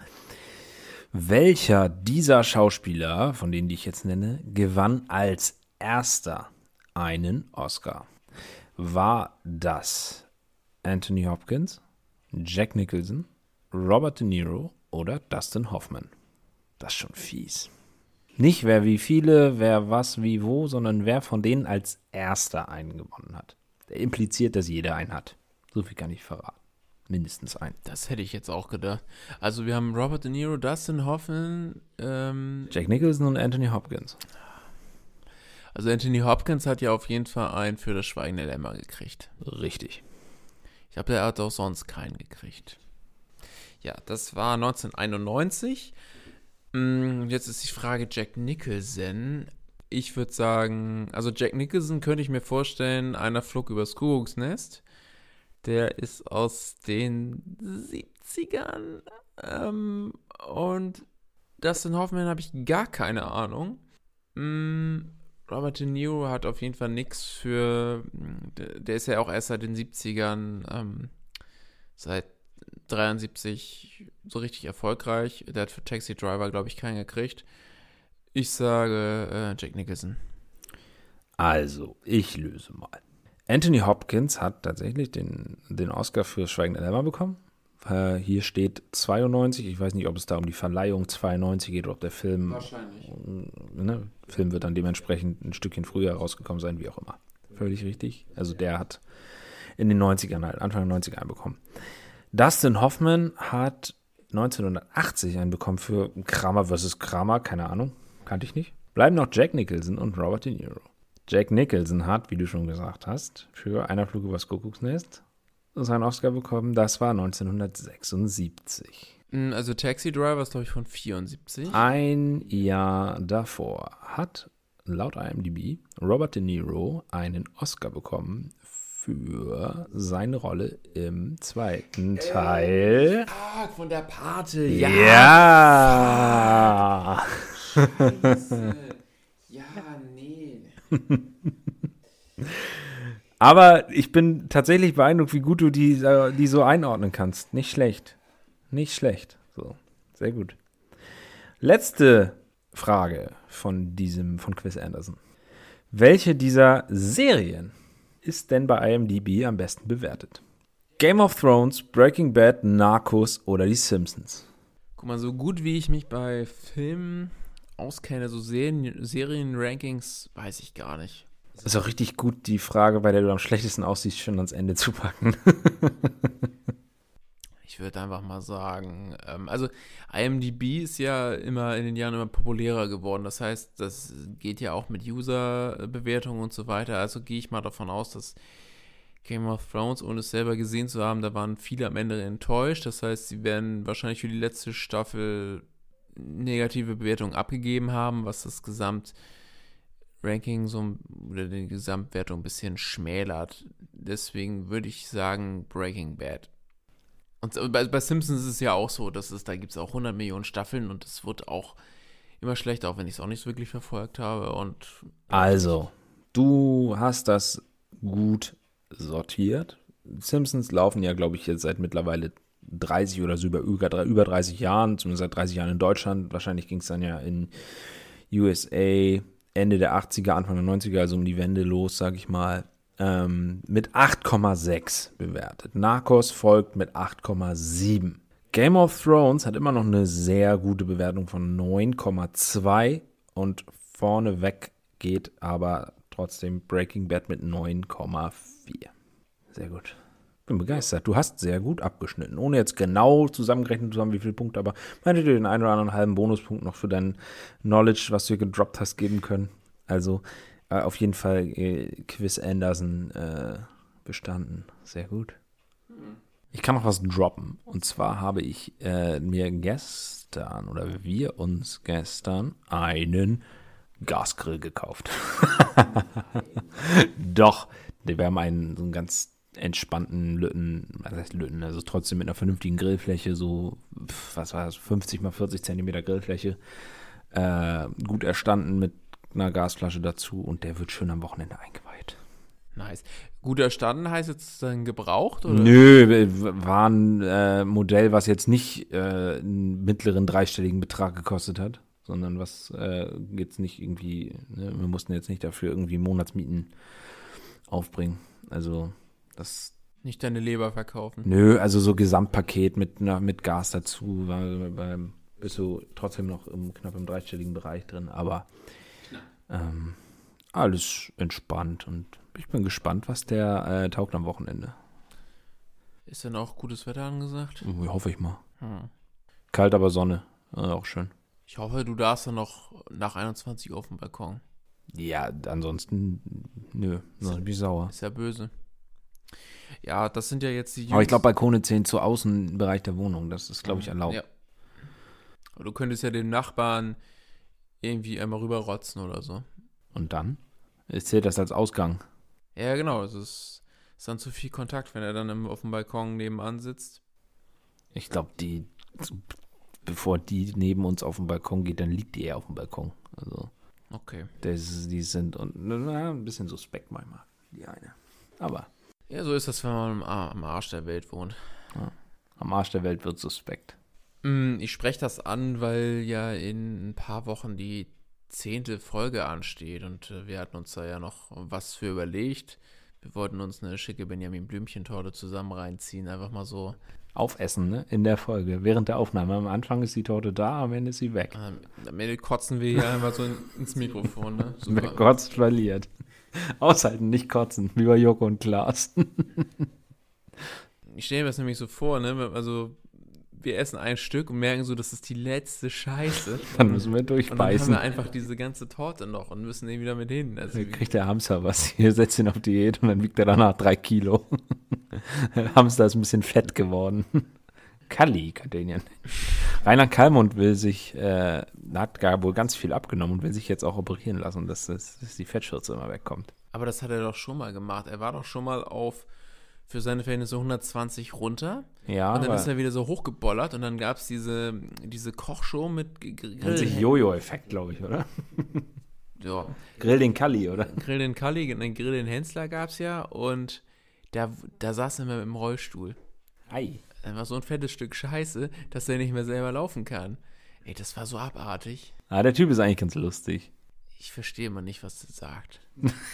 welcher dieser Schauspieler, von denen die ich jetzt nenne, gewann als erster einen Oscar? War das Anthony Hopkins, Jack Nicholson, Robert De Niro oder Dustin Hoffman? Das ist schon fies. Nicht wer wie viele, wer was wie wo, sondern wer von denen als erster einen gewonnen hat. Der impliziert, dass jeder einen hat. So viel kann ich verraten. Mindestens einen. Das hätte ich jetzt auch gedacht. Also wir haben Robert De Niro, Dustin Hoffman, ähm, Jack Nicholson und Anthony Hopkins. also Anthony Hopkins hat ja auf jeden Fall einen für das Schweigende Lämmer gekriegt. Richtig. Ich glaube, der hat auch sonst keinen gekriegt. Ja, das war neunzehnhunderteinundneunzig. Jetzt ist die Frage Jack Nicholson. Ich würde sagen, also Jack Nicholson könnte ich mir vorstellen, einer flog übers Kuckucksnest. Der ist aus den siebzigern. Ähm, und Dustin Hoffman habe ich gar keine Ahnung. Mm, Robert De Niro hat auf jeden Fall nichts für, der, der ist ja auch erst seit den siebzigern, ähm, seit dreiundsiebzig so richtig erfolgreich. Der hat für Taxi Driver, glaube ich, keinen gekriegt. Ich sage äh, Jack Nicholson. Also, ich löse mal. Anthony Hopkins hat tatsächlich den, den Oscar für Schweigende Lämmer bekommen. Äh, hier steht zweiundneunzig. Ich weiß nicht, ob es da um die Verleihung zweiundneunzig geht oder ob der Film. Wahrscheinlich. Ne, Film wird dann dementsprechend ein Stückchen früher rausgekommen sein, wie auch immer. Völlig richtig. Also, der hat in den neunzigern halt, Anfang der neunziger einen bekommen. Dustin Hoffman hat neunzehnhundertachtzig einen bekommen für Kramer versus Kramer, keine Ahnung, kannte ich nicht. Bleiben noch Jack Nicholson und Robert De Niro. Jack Nicholson hat, wie du schon gesagt hast, für Einer flog übers Kuckucksnest seinen Oscar bekommen. Das war neunzehnhundertsechsundsiebzig. Also Taxi Driver ist, glaube ich, von vierundsiebzig. Ein Jahr davor hat laut I M D B Robert De Niro einen Oscar bekommen für seine Rolle im zweiten Teil. Ah, von der Pate. Ja! ja. Scheiße. Ja, nee. Aber ich bin tatsächlich beeindruckt, wie gut du die, die so einordnen kannst. Nicht schlecht. Nicht schlecht. So, sehr gut. Letzte Frage von diesem, von Quiz Anderson. Welche dieser Serien ist denn bei I M D B am besten bewertet? Game of Thrones, Breaking Bad, Narcos oder die Simpsons? Guck mal, so gut wie ich mich bei Filmen auskenne, so Serien, Serien-Rankings, weiß ich gar nicht. Das ist auch richtig gut, die Frage, bei der du am schlechtesten aussiehst, schon ans Ende zu packen. Ich würde einfach mal sagen, ähm, also I M D B ist ja immer in den Jahren immer populärer geworden. Das heißt, das geht ja auch mit User-Bewertungen und so weiter. Also gehe ich mal davon aus, dass Game of Thrones, ohne es selber gesehen zu haben, da waren viele am Ende enttäuscht. Das heißt, sie werden wahrscheinlich für die letzte Staffel negative Bewertungen abgegeben haben, was das Gesamtranking so oder die Gesamtwertung ein bisschen schmälert. Deswegen würde ich sagen Breaking Bad. Und bei, bei Simpsons ist es ja auch so, dass es, da gibt es auch hundert Millionen Staffeln und es wird auch immer schlechter, auch wenn ich es auch nicht so wirklich verfolgt habe. Und also, du hast das gut sortiert. Simpsons laufen ja, glaube ich, jetzt seit mittlerweile dreißig oder so über, über dreißig Jahren, zumindest seit dreißig Jahren in Deutschland. Wahrscheinlich ging es dann ja in U S A Ende der achtziger, Anfang der neunziger, also um die Wende los, sage ich mal. Ähm, mit acht Komma sechs bewertet. Narcos folgt mit acht Komma sieben. Game of Thrones hat immer noch eine sehr gute Bewertung von neun Komma zwei und vorneweg geht aber trotzdem Breaking Bad mit neun Komma vier. Sehr gut. Bin begeistert. Du hast sehr gut abgeschnitten. Ohne jetzt genau zusammengerechnet zu haben, wie viele Punkte, aber man hätte dir den einen oder anderen halben Bonuspunkt noch für dein Knowledge, was du hier gedroppt hast, geben können. Also äh, auf jeden Fall äh, Quiz Anderson äh, bestanden. Sehr gut. Ich kann noch was droppen. Und zwar habe ich äh, mir gestern oder wir uns gestern einen Gasgrill gekauft. Doch, wir haben einen so einen ganz entspannten Lütten, was heißt Lütten, also trotzdem mit einer vernünftigen Grillfläche, so, was war das, fünfzig mal vierzig Zentimeter Grillfläche, äh, gut erstanden mit einer Gasflasche dazu und der wird schön am Wochenende eingeweiht. Nice. Gut erstanden heißt jetzt dann gebraucht, oder? Nö, war ein äh, Modell, was jetzt nicht äh, einen mittleren dreistelligen Betrag gekostet hat, sondern was äh, jetzt nicht irgendwie, ne, wir mussten jetzt nicht dafür irgendwie Monatsmieten aufbringen. Also das. Nicht deine Leber verkaufen. Nö, also so Gesamtpaket mit, na, mit Gas dazu, war beim, bist du trotzdem noch im, knapp im dreistelligen Bereich drin, aber ähm, alles entspannt und ich bin gespannt, was der äh, taugt am Wochenende. Ist denn auch gutes Wetter angesagt? Oh, hoffe ich mal. Hm. Kalt, aber Sonne. Äh, auch schön. Ich hoffe, du darfst dann noch nach einundzwanzig auf dem Balkon. Ja, ansonsten, nö, sonst bin ich sauer. Ist ja böse. Ja, das sind ja jetzt die Jungs. Aber ich glaube, Balkone zählen zu Außenbereich der Wohnung. Das ist, glaube ich, erlaubt. Ja. Aber du könntest ja dem Nachbarn irgendwie einmal rüberrotzen oder so. Und dann? Zählt das als Ausgang? Ja, genau. Es ist, ist dann zu viel Kontakt, wenn er dann im, auf dem Balkon nebenan sitzt. Ich glaube, die, bevor die neben uns auf dem Balkon geht, dann liegt die eher auf dem Balkon. Also, okay. Das, die sind und, na, ein bisschen suspekt manchmal, die eine. Aber. Ja, so ist das, wenn man am Arsch der Welt wohnt. Ja, am Arsch der Welt wird suspekt. Ich spreche das an, weil ja in ein paar Wochen die zehnte Folge ansteht und wir hatten uns da ja noch was für überlegt. Wir wollten uns eine schicke Benjamin-Blümchen-Torte zusammen reinziehen, einfach mal so. Aufessen, ne? In der Folge, während der Aufnahme. Am Anfang ist die Torte da, am Ende ist sie weg. Ähm, am Ende kotzen wir hier einfach so in, ins Mikrofon, ne? Super. Wer kotzt, verliert. Aushalten, nicht kotzen, wie bei Joko und Klaas. Ich stelle mir das nämlich so vor, ne? Also, wir essen ein Stück und merken so, das ist die letzte Scheiße. Dann müssen wir Und dann haben durchbeißen. wir einfach diese ganze Torte noch und müssen den wieder mit hin. Also, Dann kriegt der Hamster was hier, setzt ihn auf Diät und dann wiegt er danach drei Kilo. Der Hamster ist ein bisschen fett geworden. Kalli, könnt ihr ihn ja nennen. Rainer Kallmund will sich, äh, hat gar wohl ganz viel abgenommen und will sich jetzt auch operieren lassen, dass, das, dass die Fettschürze immer wegkommt. aber das hat er doch schon mal gemacht. Er war doch schon mal auf, für seine Verhältnisse hundertzwanzig runter. Ja, und dann aber ist er wieder so hochgebollert und dann gab es diese, diese Kochshow mit G- G- nennt sich Grill. Jojo-Effekt, glaube ich, oder? Ja, Grill den Kalli, oder? Grill den Kalli, den Grill den Hensler gab es ja und da, da saß er immer im Rollstuhl. Ei. Einfach so ein fettes Stück Scheiße, dass er nicht mehr selber laufen kann. Ey, das war so abartig. Ah, der Typ ist eigentlich ganz lustig. Ich verstehe immer nicht, was er sagt.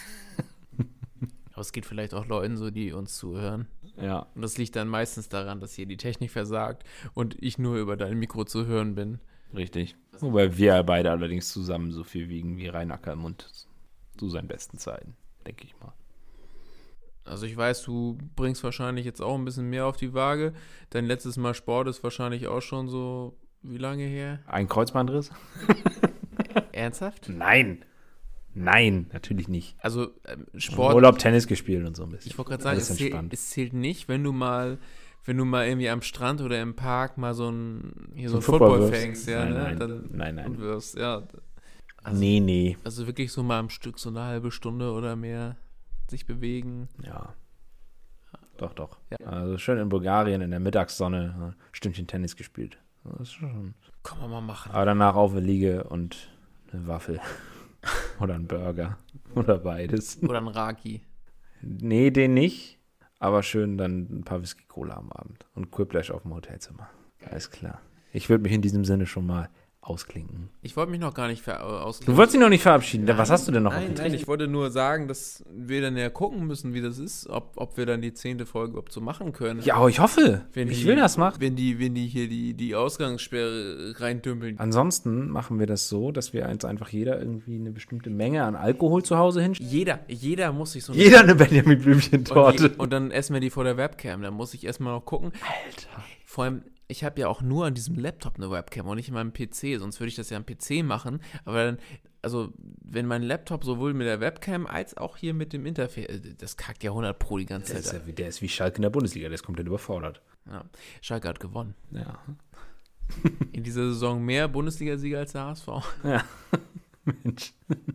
Aber es geht vielleicht auch Leuten so, die uns zuhören. Ja. Und das liegt dann meistens daran, dass hier die Technik versagt und ich nur über dein Mikro zu hören bin. Richtig. Wobei wir beide allerdings zusammen so viel wiegen wie Rainer Kallmund zu seinen besten Zeiten, denke ich mal. Also ich weiß, du bringst wahrscheinlich jetzt auch ein bisschen mehr auf die Waage. Dein letztes Mal Sport ist wahrscheinlich auch schon so, wie lange her? Ein Kreuzbandriss? Ernsthaft? Nein. Nein, natürlich nicht. Also ähm, Sport. Sport, Urlaub, Tennis gespielt und so ein bisschen. ich wollte gerade sagen, Alles es zählt, entspannt. es zählt nicht, wenn du mal, wenn du mal irgendwie am Strand oder im Park mal so ein, hier so ein So Football Football wirfst. fängst, ja, Nein, ne? nein. Dann, Nein, nein. Und wirst, ja. Also, Nee, nee. also wirklich so mal am Stück so eine halbe Stunde oder mehr sich bewegen. Ja. Doch, doch. Ja. Also schön in Bulgarien in der Mittagssonne äh, Stündchen Tennis gespielt. Das ist schon. Kann man mal machen. Aber danach auf der Liege und eine Waffel. Oder ein Burger. Oder beides. Oder ein Raki. Nee, den nicht. Aber schön dann ein paar Whisky-Cola am Abend. Und Quiplash auf dem Hotelzimmer. Alles klar. Ich würde mich in diesem Sinne schon mal ausklinken. Ich wollte mich noch gar nicht ver- ausklinken. Du wolltest dich noch nicht verabschieden. Was hast du denn noch auf Nein, dem nein, Tisch? ich wollte nur sagen, dass wir dann ja gucken müssen, wie das ist, ob, ob wir dann die zehnte Folge überhaupt so machen können. Ja, aber ich hoffe. Wenn ich die, will das machen. Wenn die, wenn die hier die, die Ausgangssperre reindümpeln. Ansonsten machen wir das so, dass wir uns einfach jeder irgendwie eine bestimmte Menge an Alkohol zu Hause hinstellen. Jeder, jeder muss sich so eine Jeder eine Benjamin und, Blümchen-Torte. je, und dann essen wir die vor der Webcam. Dann muss ich erstmal noch gucken. Alter. Vor allem, ich habe ja auch nur an diesem Laptop eine Webcam und nicht in meinem P C, sonst würde ich das ja am P C machen. Aber dann, also, wenn mein Laptop sowohl mit der Webcam als auch hier mit dem Interface, das kackt ja hundert Pro die ganze Der Zeit. ist, ja, der ist wie Schalke in der Bundesliga, der ist komplett überfordert. Ja. Schalke hat gewonnen. Ja. In dieser Saison mehr Bundesliga-Sieger als der H S V. Ja. Mensch.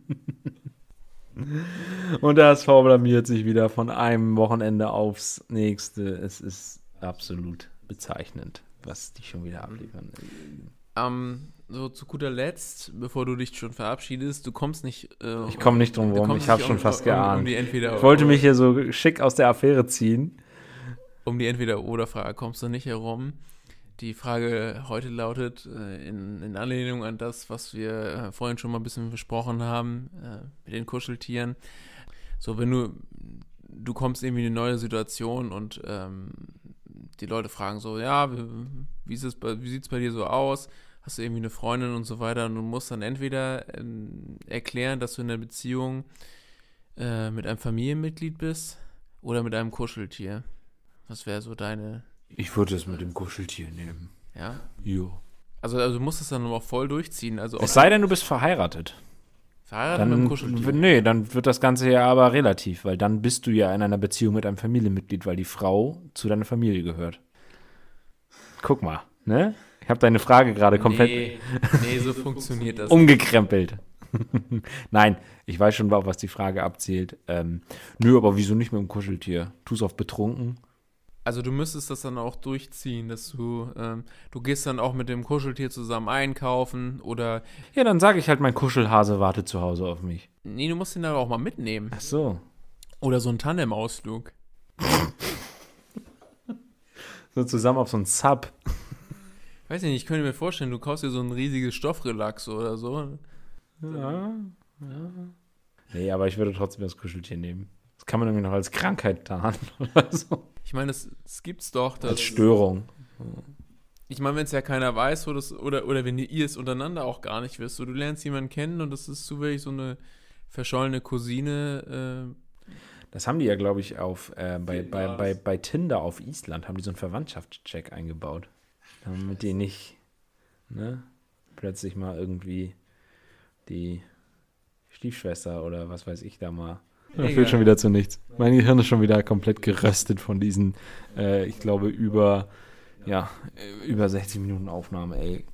Und der H S V blamiert sich wieder von einem Wochenende aufs nächste. Es ist absolut bezeichnend, was die schon wieder abliefern. Ähm, so zu guter Letzt, bevor du dich schon verabschiedest, du kommst nicht. Äh, Ich komme nicht drum du rum, kommst ich habe nicht schon um, fast um, geahnt. Um die entweder, Ich wollte mich hier so schick aus der Affäre ziehen. Um die Entweder-Oder-Frage kommst du nicht herum. Die Frage heute lautet, äh, in, in Anlehnung an das, was wir äh, vorhin schon mal ein bisschen besprochen haben, äh, mit den Kuscheltieren. So, wenn du, du kommst irgendwie in eine neue Situation und ähm, die Leute fragen so, ja, wie, wie, ist es bei, wie sieht es bei dir so aus? Hast du irgendwie eine Freundin und so weiter? Und du musst dann entweder ähm, erklären, dass du in einer Beziehung äh, mit einem Familienmitglied bist oder mit einem Kuscheltier. Was wäre so deine... Ich würde es mit dem Kuscheltier nehmen. Ja? Jo. Also, also du musst es dann auch voll durchziehen. Also Es sei denn, du bist verheiratet. verheiratet mit dem Dann, Kuscheltier. nee, dann wird das Ganze ja aber relativ, weil dann bist du ja in einer Beziehung mit einem Familienmitglied, weil die Frau zu deiner Familie gehört. Guck mal, ne? Ich habe deine Frage gerade komplett Nee, nee, so funktioniert das. umgekrempelt. Nein, ich weiß schon, auf was die Frage abzielt. Ähm, nö, aber wieso nicht mit dem Kuscheltier? Tu es auf betrunken. Also du müsstest das dann auch durchziehen, dass du, ähm, du gehst dann auch mit dem Kuscheltier zusammen einkaufen oder, Ja, dann sage ich halt, mein Kuschelhase wartet zu Hause auf mich. nee, du musst ihn dann auch mal mitnehmen. Ach so. Oder so einen Tandem-Ausflug. So zusammen auf so einen Sub. Weiß nicht, ich könnte mir vorstellen, du kaufst dir so ein riesiges Stoffrelax oder so. Ja, ja. Nee, aber ich würde trotzdem das Kuscheltier nehmen. Das kann man irgendwie noch als Krankheit tarnen oder so. Ich meine, das, das gibt's doch. Das, Als Störung. Ich meine, wenn es ja keiner weiß, wo das, oder, oder wenn ihr es untereinander auch gar nicht wisst, so du lernst jemanden kennen und das ist zufällig so eine verschollene Cousine. Äh, Das haben die ja, glaube ich, auf äh, bei, bei, bei, bei Tinder auf Island haben die so einen Verwandtschaftscheck eingebaut. Damit die nicht ne, plötzlich mal irgendwie die Stiefschwester oder was weiß ich da mal. Da Egal. führt schon wieder zu nichts. Mein Gehirn ist schon wieder komplett geröstet von diesen, äh, ich glaube, über, ja, äh, über sechzig Minuten Aufnahme, ey.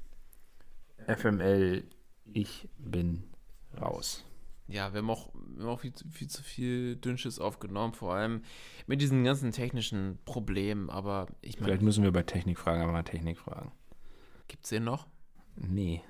F M L, ich bin raus. ja, wir haben auch, wir haben auch viel, zu- viel zu viel Dünnschiss aufgenommen, vor allem mit diesen ganzen technischen Problemen, aber ich Vielleicht meine, müssen wir bei Technikfragen aber mal Technik fragen. gibt's den noch? Nee.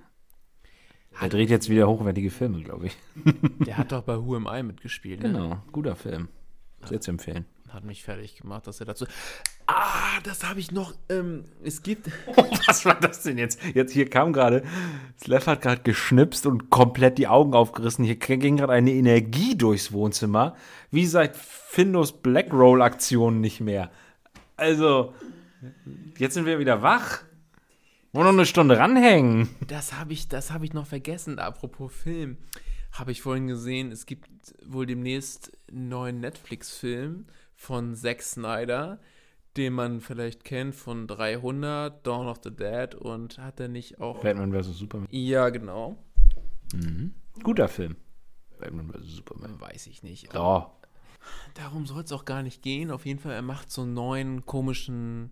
Er dreht jetzt wieder hochwertige Filme, glaube ich. Der hat doch bei Who Am I mitgespielt, ne? Genau, guter Film. Sehr zu empfehlen. Hat mich fertig gemacht, dass er dazu... Ah, das habe ich noch, ähm, es gibt... Was war das denn jetzt? Jetzt hier kam gerade, Slev hat gerade geschnipst und komplett die Augen aufgerissen. Hier ging gerade eine Energie durchs Wohnzimmer, wie seit Findus Blackroll-Aktionen nicht mehr. Also, jetzt sind wir wieder wach. Wollen wir noch eine Stunde ranhängen? Das habe ich, das habe ich noch vergessen. Apropos Film, habe ich vorhin gesehen, es gibt wohl demnächst einen neuen Netflix-Film von Zack Snyder, den man vielleicht kennt von dreihundert, Dawn of the Dead und hat er nicht auch... Batman versus. Superman. Ja, genau. Mhm. Guter Film. Batman versus. Superman. Weiß ich nicht. Oh. Darum soll es auch gar nicht gehen. Auf jeden Fall, er macht so einen neuen, komischen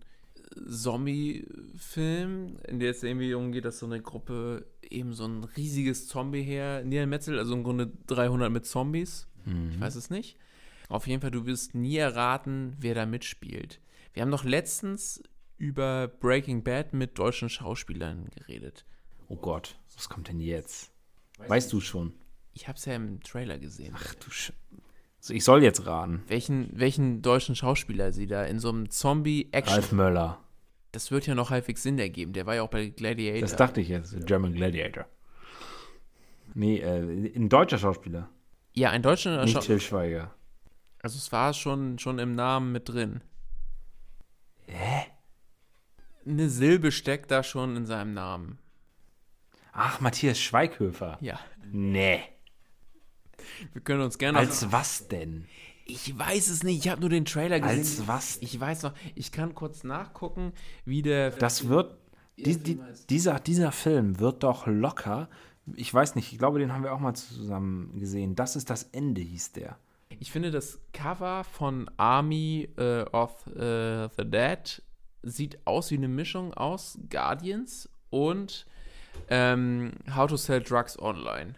Zombie-Film, in der es irgendwie darum geht, dass so eine Gruppe eben so ein riesiges Zombie-Heer niedermetzelt, also im Grunde dreihundert mit Zombies. Mhm. Ich weiß es nicht. Auf jeden Fall, du wirst nie erraten, wer da mitspielt. Wir haben doch letztens über Breaking Bad mit deutschen Schauspielern geredet. Oh Gott, was kommt denn jetzt? Weißt du schon? Ich habe es ja im Trailer gesehen. Ach du Sch... Also ich soll jetzt raten. Welchen, welchen deutschen Schauspieler sie da in so einem Zombie-Action... Ralf Möller. das wird ja noch halbwegs Sinn ergeben. Der war ja auch bei Gladiator. Das dachte ich jetzt, German Gladiator. Nee, äh, ein deutscher Schauspieler. Ja, ein Deutscher. Nicht Schau- Til Schweiger. Also es war schon, schon im Namen mit drin. Hä? Eine Silbe steckt da schon in seinem Namen. Ach, Matthias Schweighöfer. Ja. Nee. Wir können uns gerne... Als was denn? Ich weiß es nicht, ich habe nur den Trailer gesehen. Als was? Ich weiß noch, ich kann kurz nachgucken, wie der... Das wird, die, die, dieser, dieser Film wird doch locker, ich weiß nicht, ich glaube, den haben wir auch mal zusammen gesehen. Das ist das Ende, hieß der. Ich finde, das Cover von Army äh, of äh, the Dead sieht aus wie eine Mischung aus Guardians und ähm, How to Sell Drugs Online.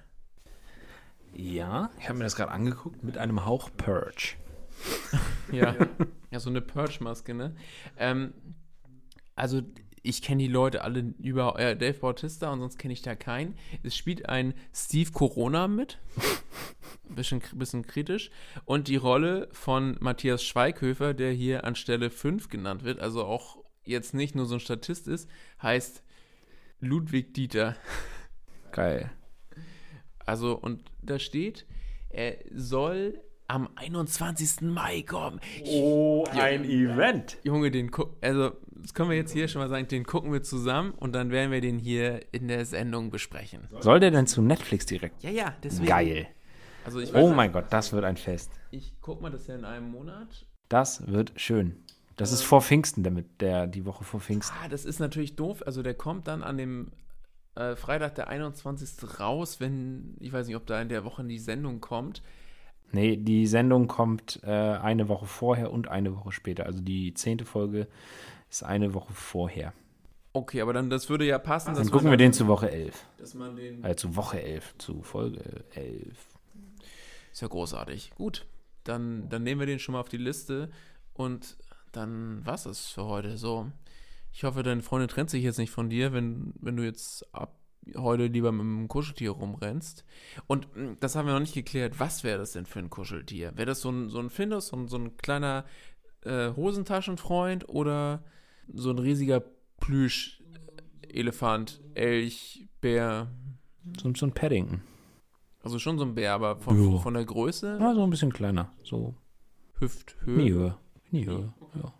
Ja, ich habe mir das gerade angeguckt mit einem Hauch Purge. Ja, ja, so eine Purge-Maske, ne? Ähm, also, ich kenne die Leute alle über äh, Dave Bautista und sonst kenne ich da keinen. Es spielt ein Steve Corona mit. Bisschen, bisschen kritisch. Und die Rolle von Matthias Schweighöfer, der hier an Stelle fünf genannt wird, also auch jetzt nicht nur so ein Statist ist, heißt Ludwig Dieter. Geil. Also, und da steht, er soll am einundzwanzigsten Mai kommen. Oh, ein Event. Junge, den gucken, also, das können wir jetzt hier schon mal sagen, den gucken wir zusammen und dann werden wir den hier in der Sendung besprechen. Soll der denn zu Netflix direkt? Ja, ja, deswegen. Geil. Also ich weiß, Oh mein Gott, das wird ein Fest. ich guck mal, das ist ja in einem Monat. Das wird schön. Das ist vor Pfingsten, damit der die Woche vor Pfingsten. Ah, das ist natürlich doof. Also der kommt dann an dem äh, Freitag, der einundzwanzigsten raus, wenn, ich weiß nicht, ob da in der Woche die Sendung kommt. Nee, die Sendung kommt äh, eine Woche vorher und eine Woche später. Also die zehnte Folge ist eine Woche vorher. Okay, aber dann, das würde ja passen. Dann dass gucken man wir den zu Woche elf. Dass man den... Äh, zu Woche elf, zu Folge elf. Ist ja großartig. Gut, dann, dann nehmen wir den schon mal auf die Liste und dann war's es für heute. So, ich hoffe, deine Freundin trennt sich jetzt nicht von dir, wenn, wenn du jetzt ab heute lieber mit einem Kuscheltier rumrennst. Und mh, das haben wir noch nicht geklärt. Was wäre das denn für ein Kuscheltier? Wäre das so ein, so ein Findus, so ein, so ein kleiner äh, Hosentaschenfreund oder so ein riesiger Plüsch-Elefant, Elch, Bär? So, so ein Paddington. Also schon so ein Bär, aber von, Ja. von der Größe? Ja, so ein bisschen kleiner. So Hüfthöhe? nie höher. Nie höher, ja.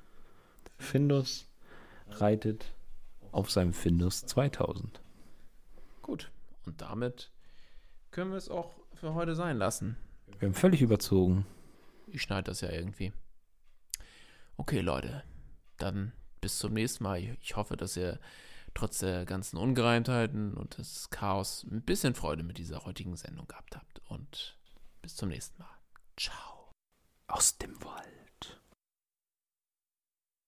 Findus reitet auf seinem Findus zweitausend. Gut. Und damit können wir es auch für heute sein lassen. Wir haben völlig überzogen. Ich schneide das ja irgendwie. Okay, Leute. Dann bis zum nächsten Mal. Ich hoffe, dass ihr trotz der ganzen Ungereimtheiten und des Chaos ein bisschen Freude mit dieser heutigen Sendung gehabt habt. Und bis zum nächsten Mal. Ciao. Aus dem Wald.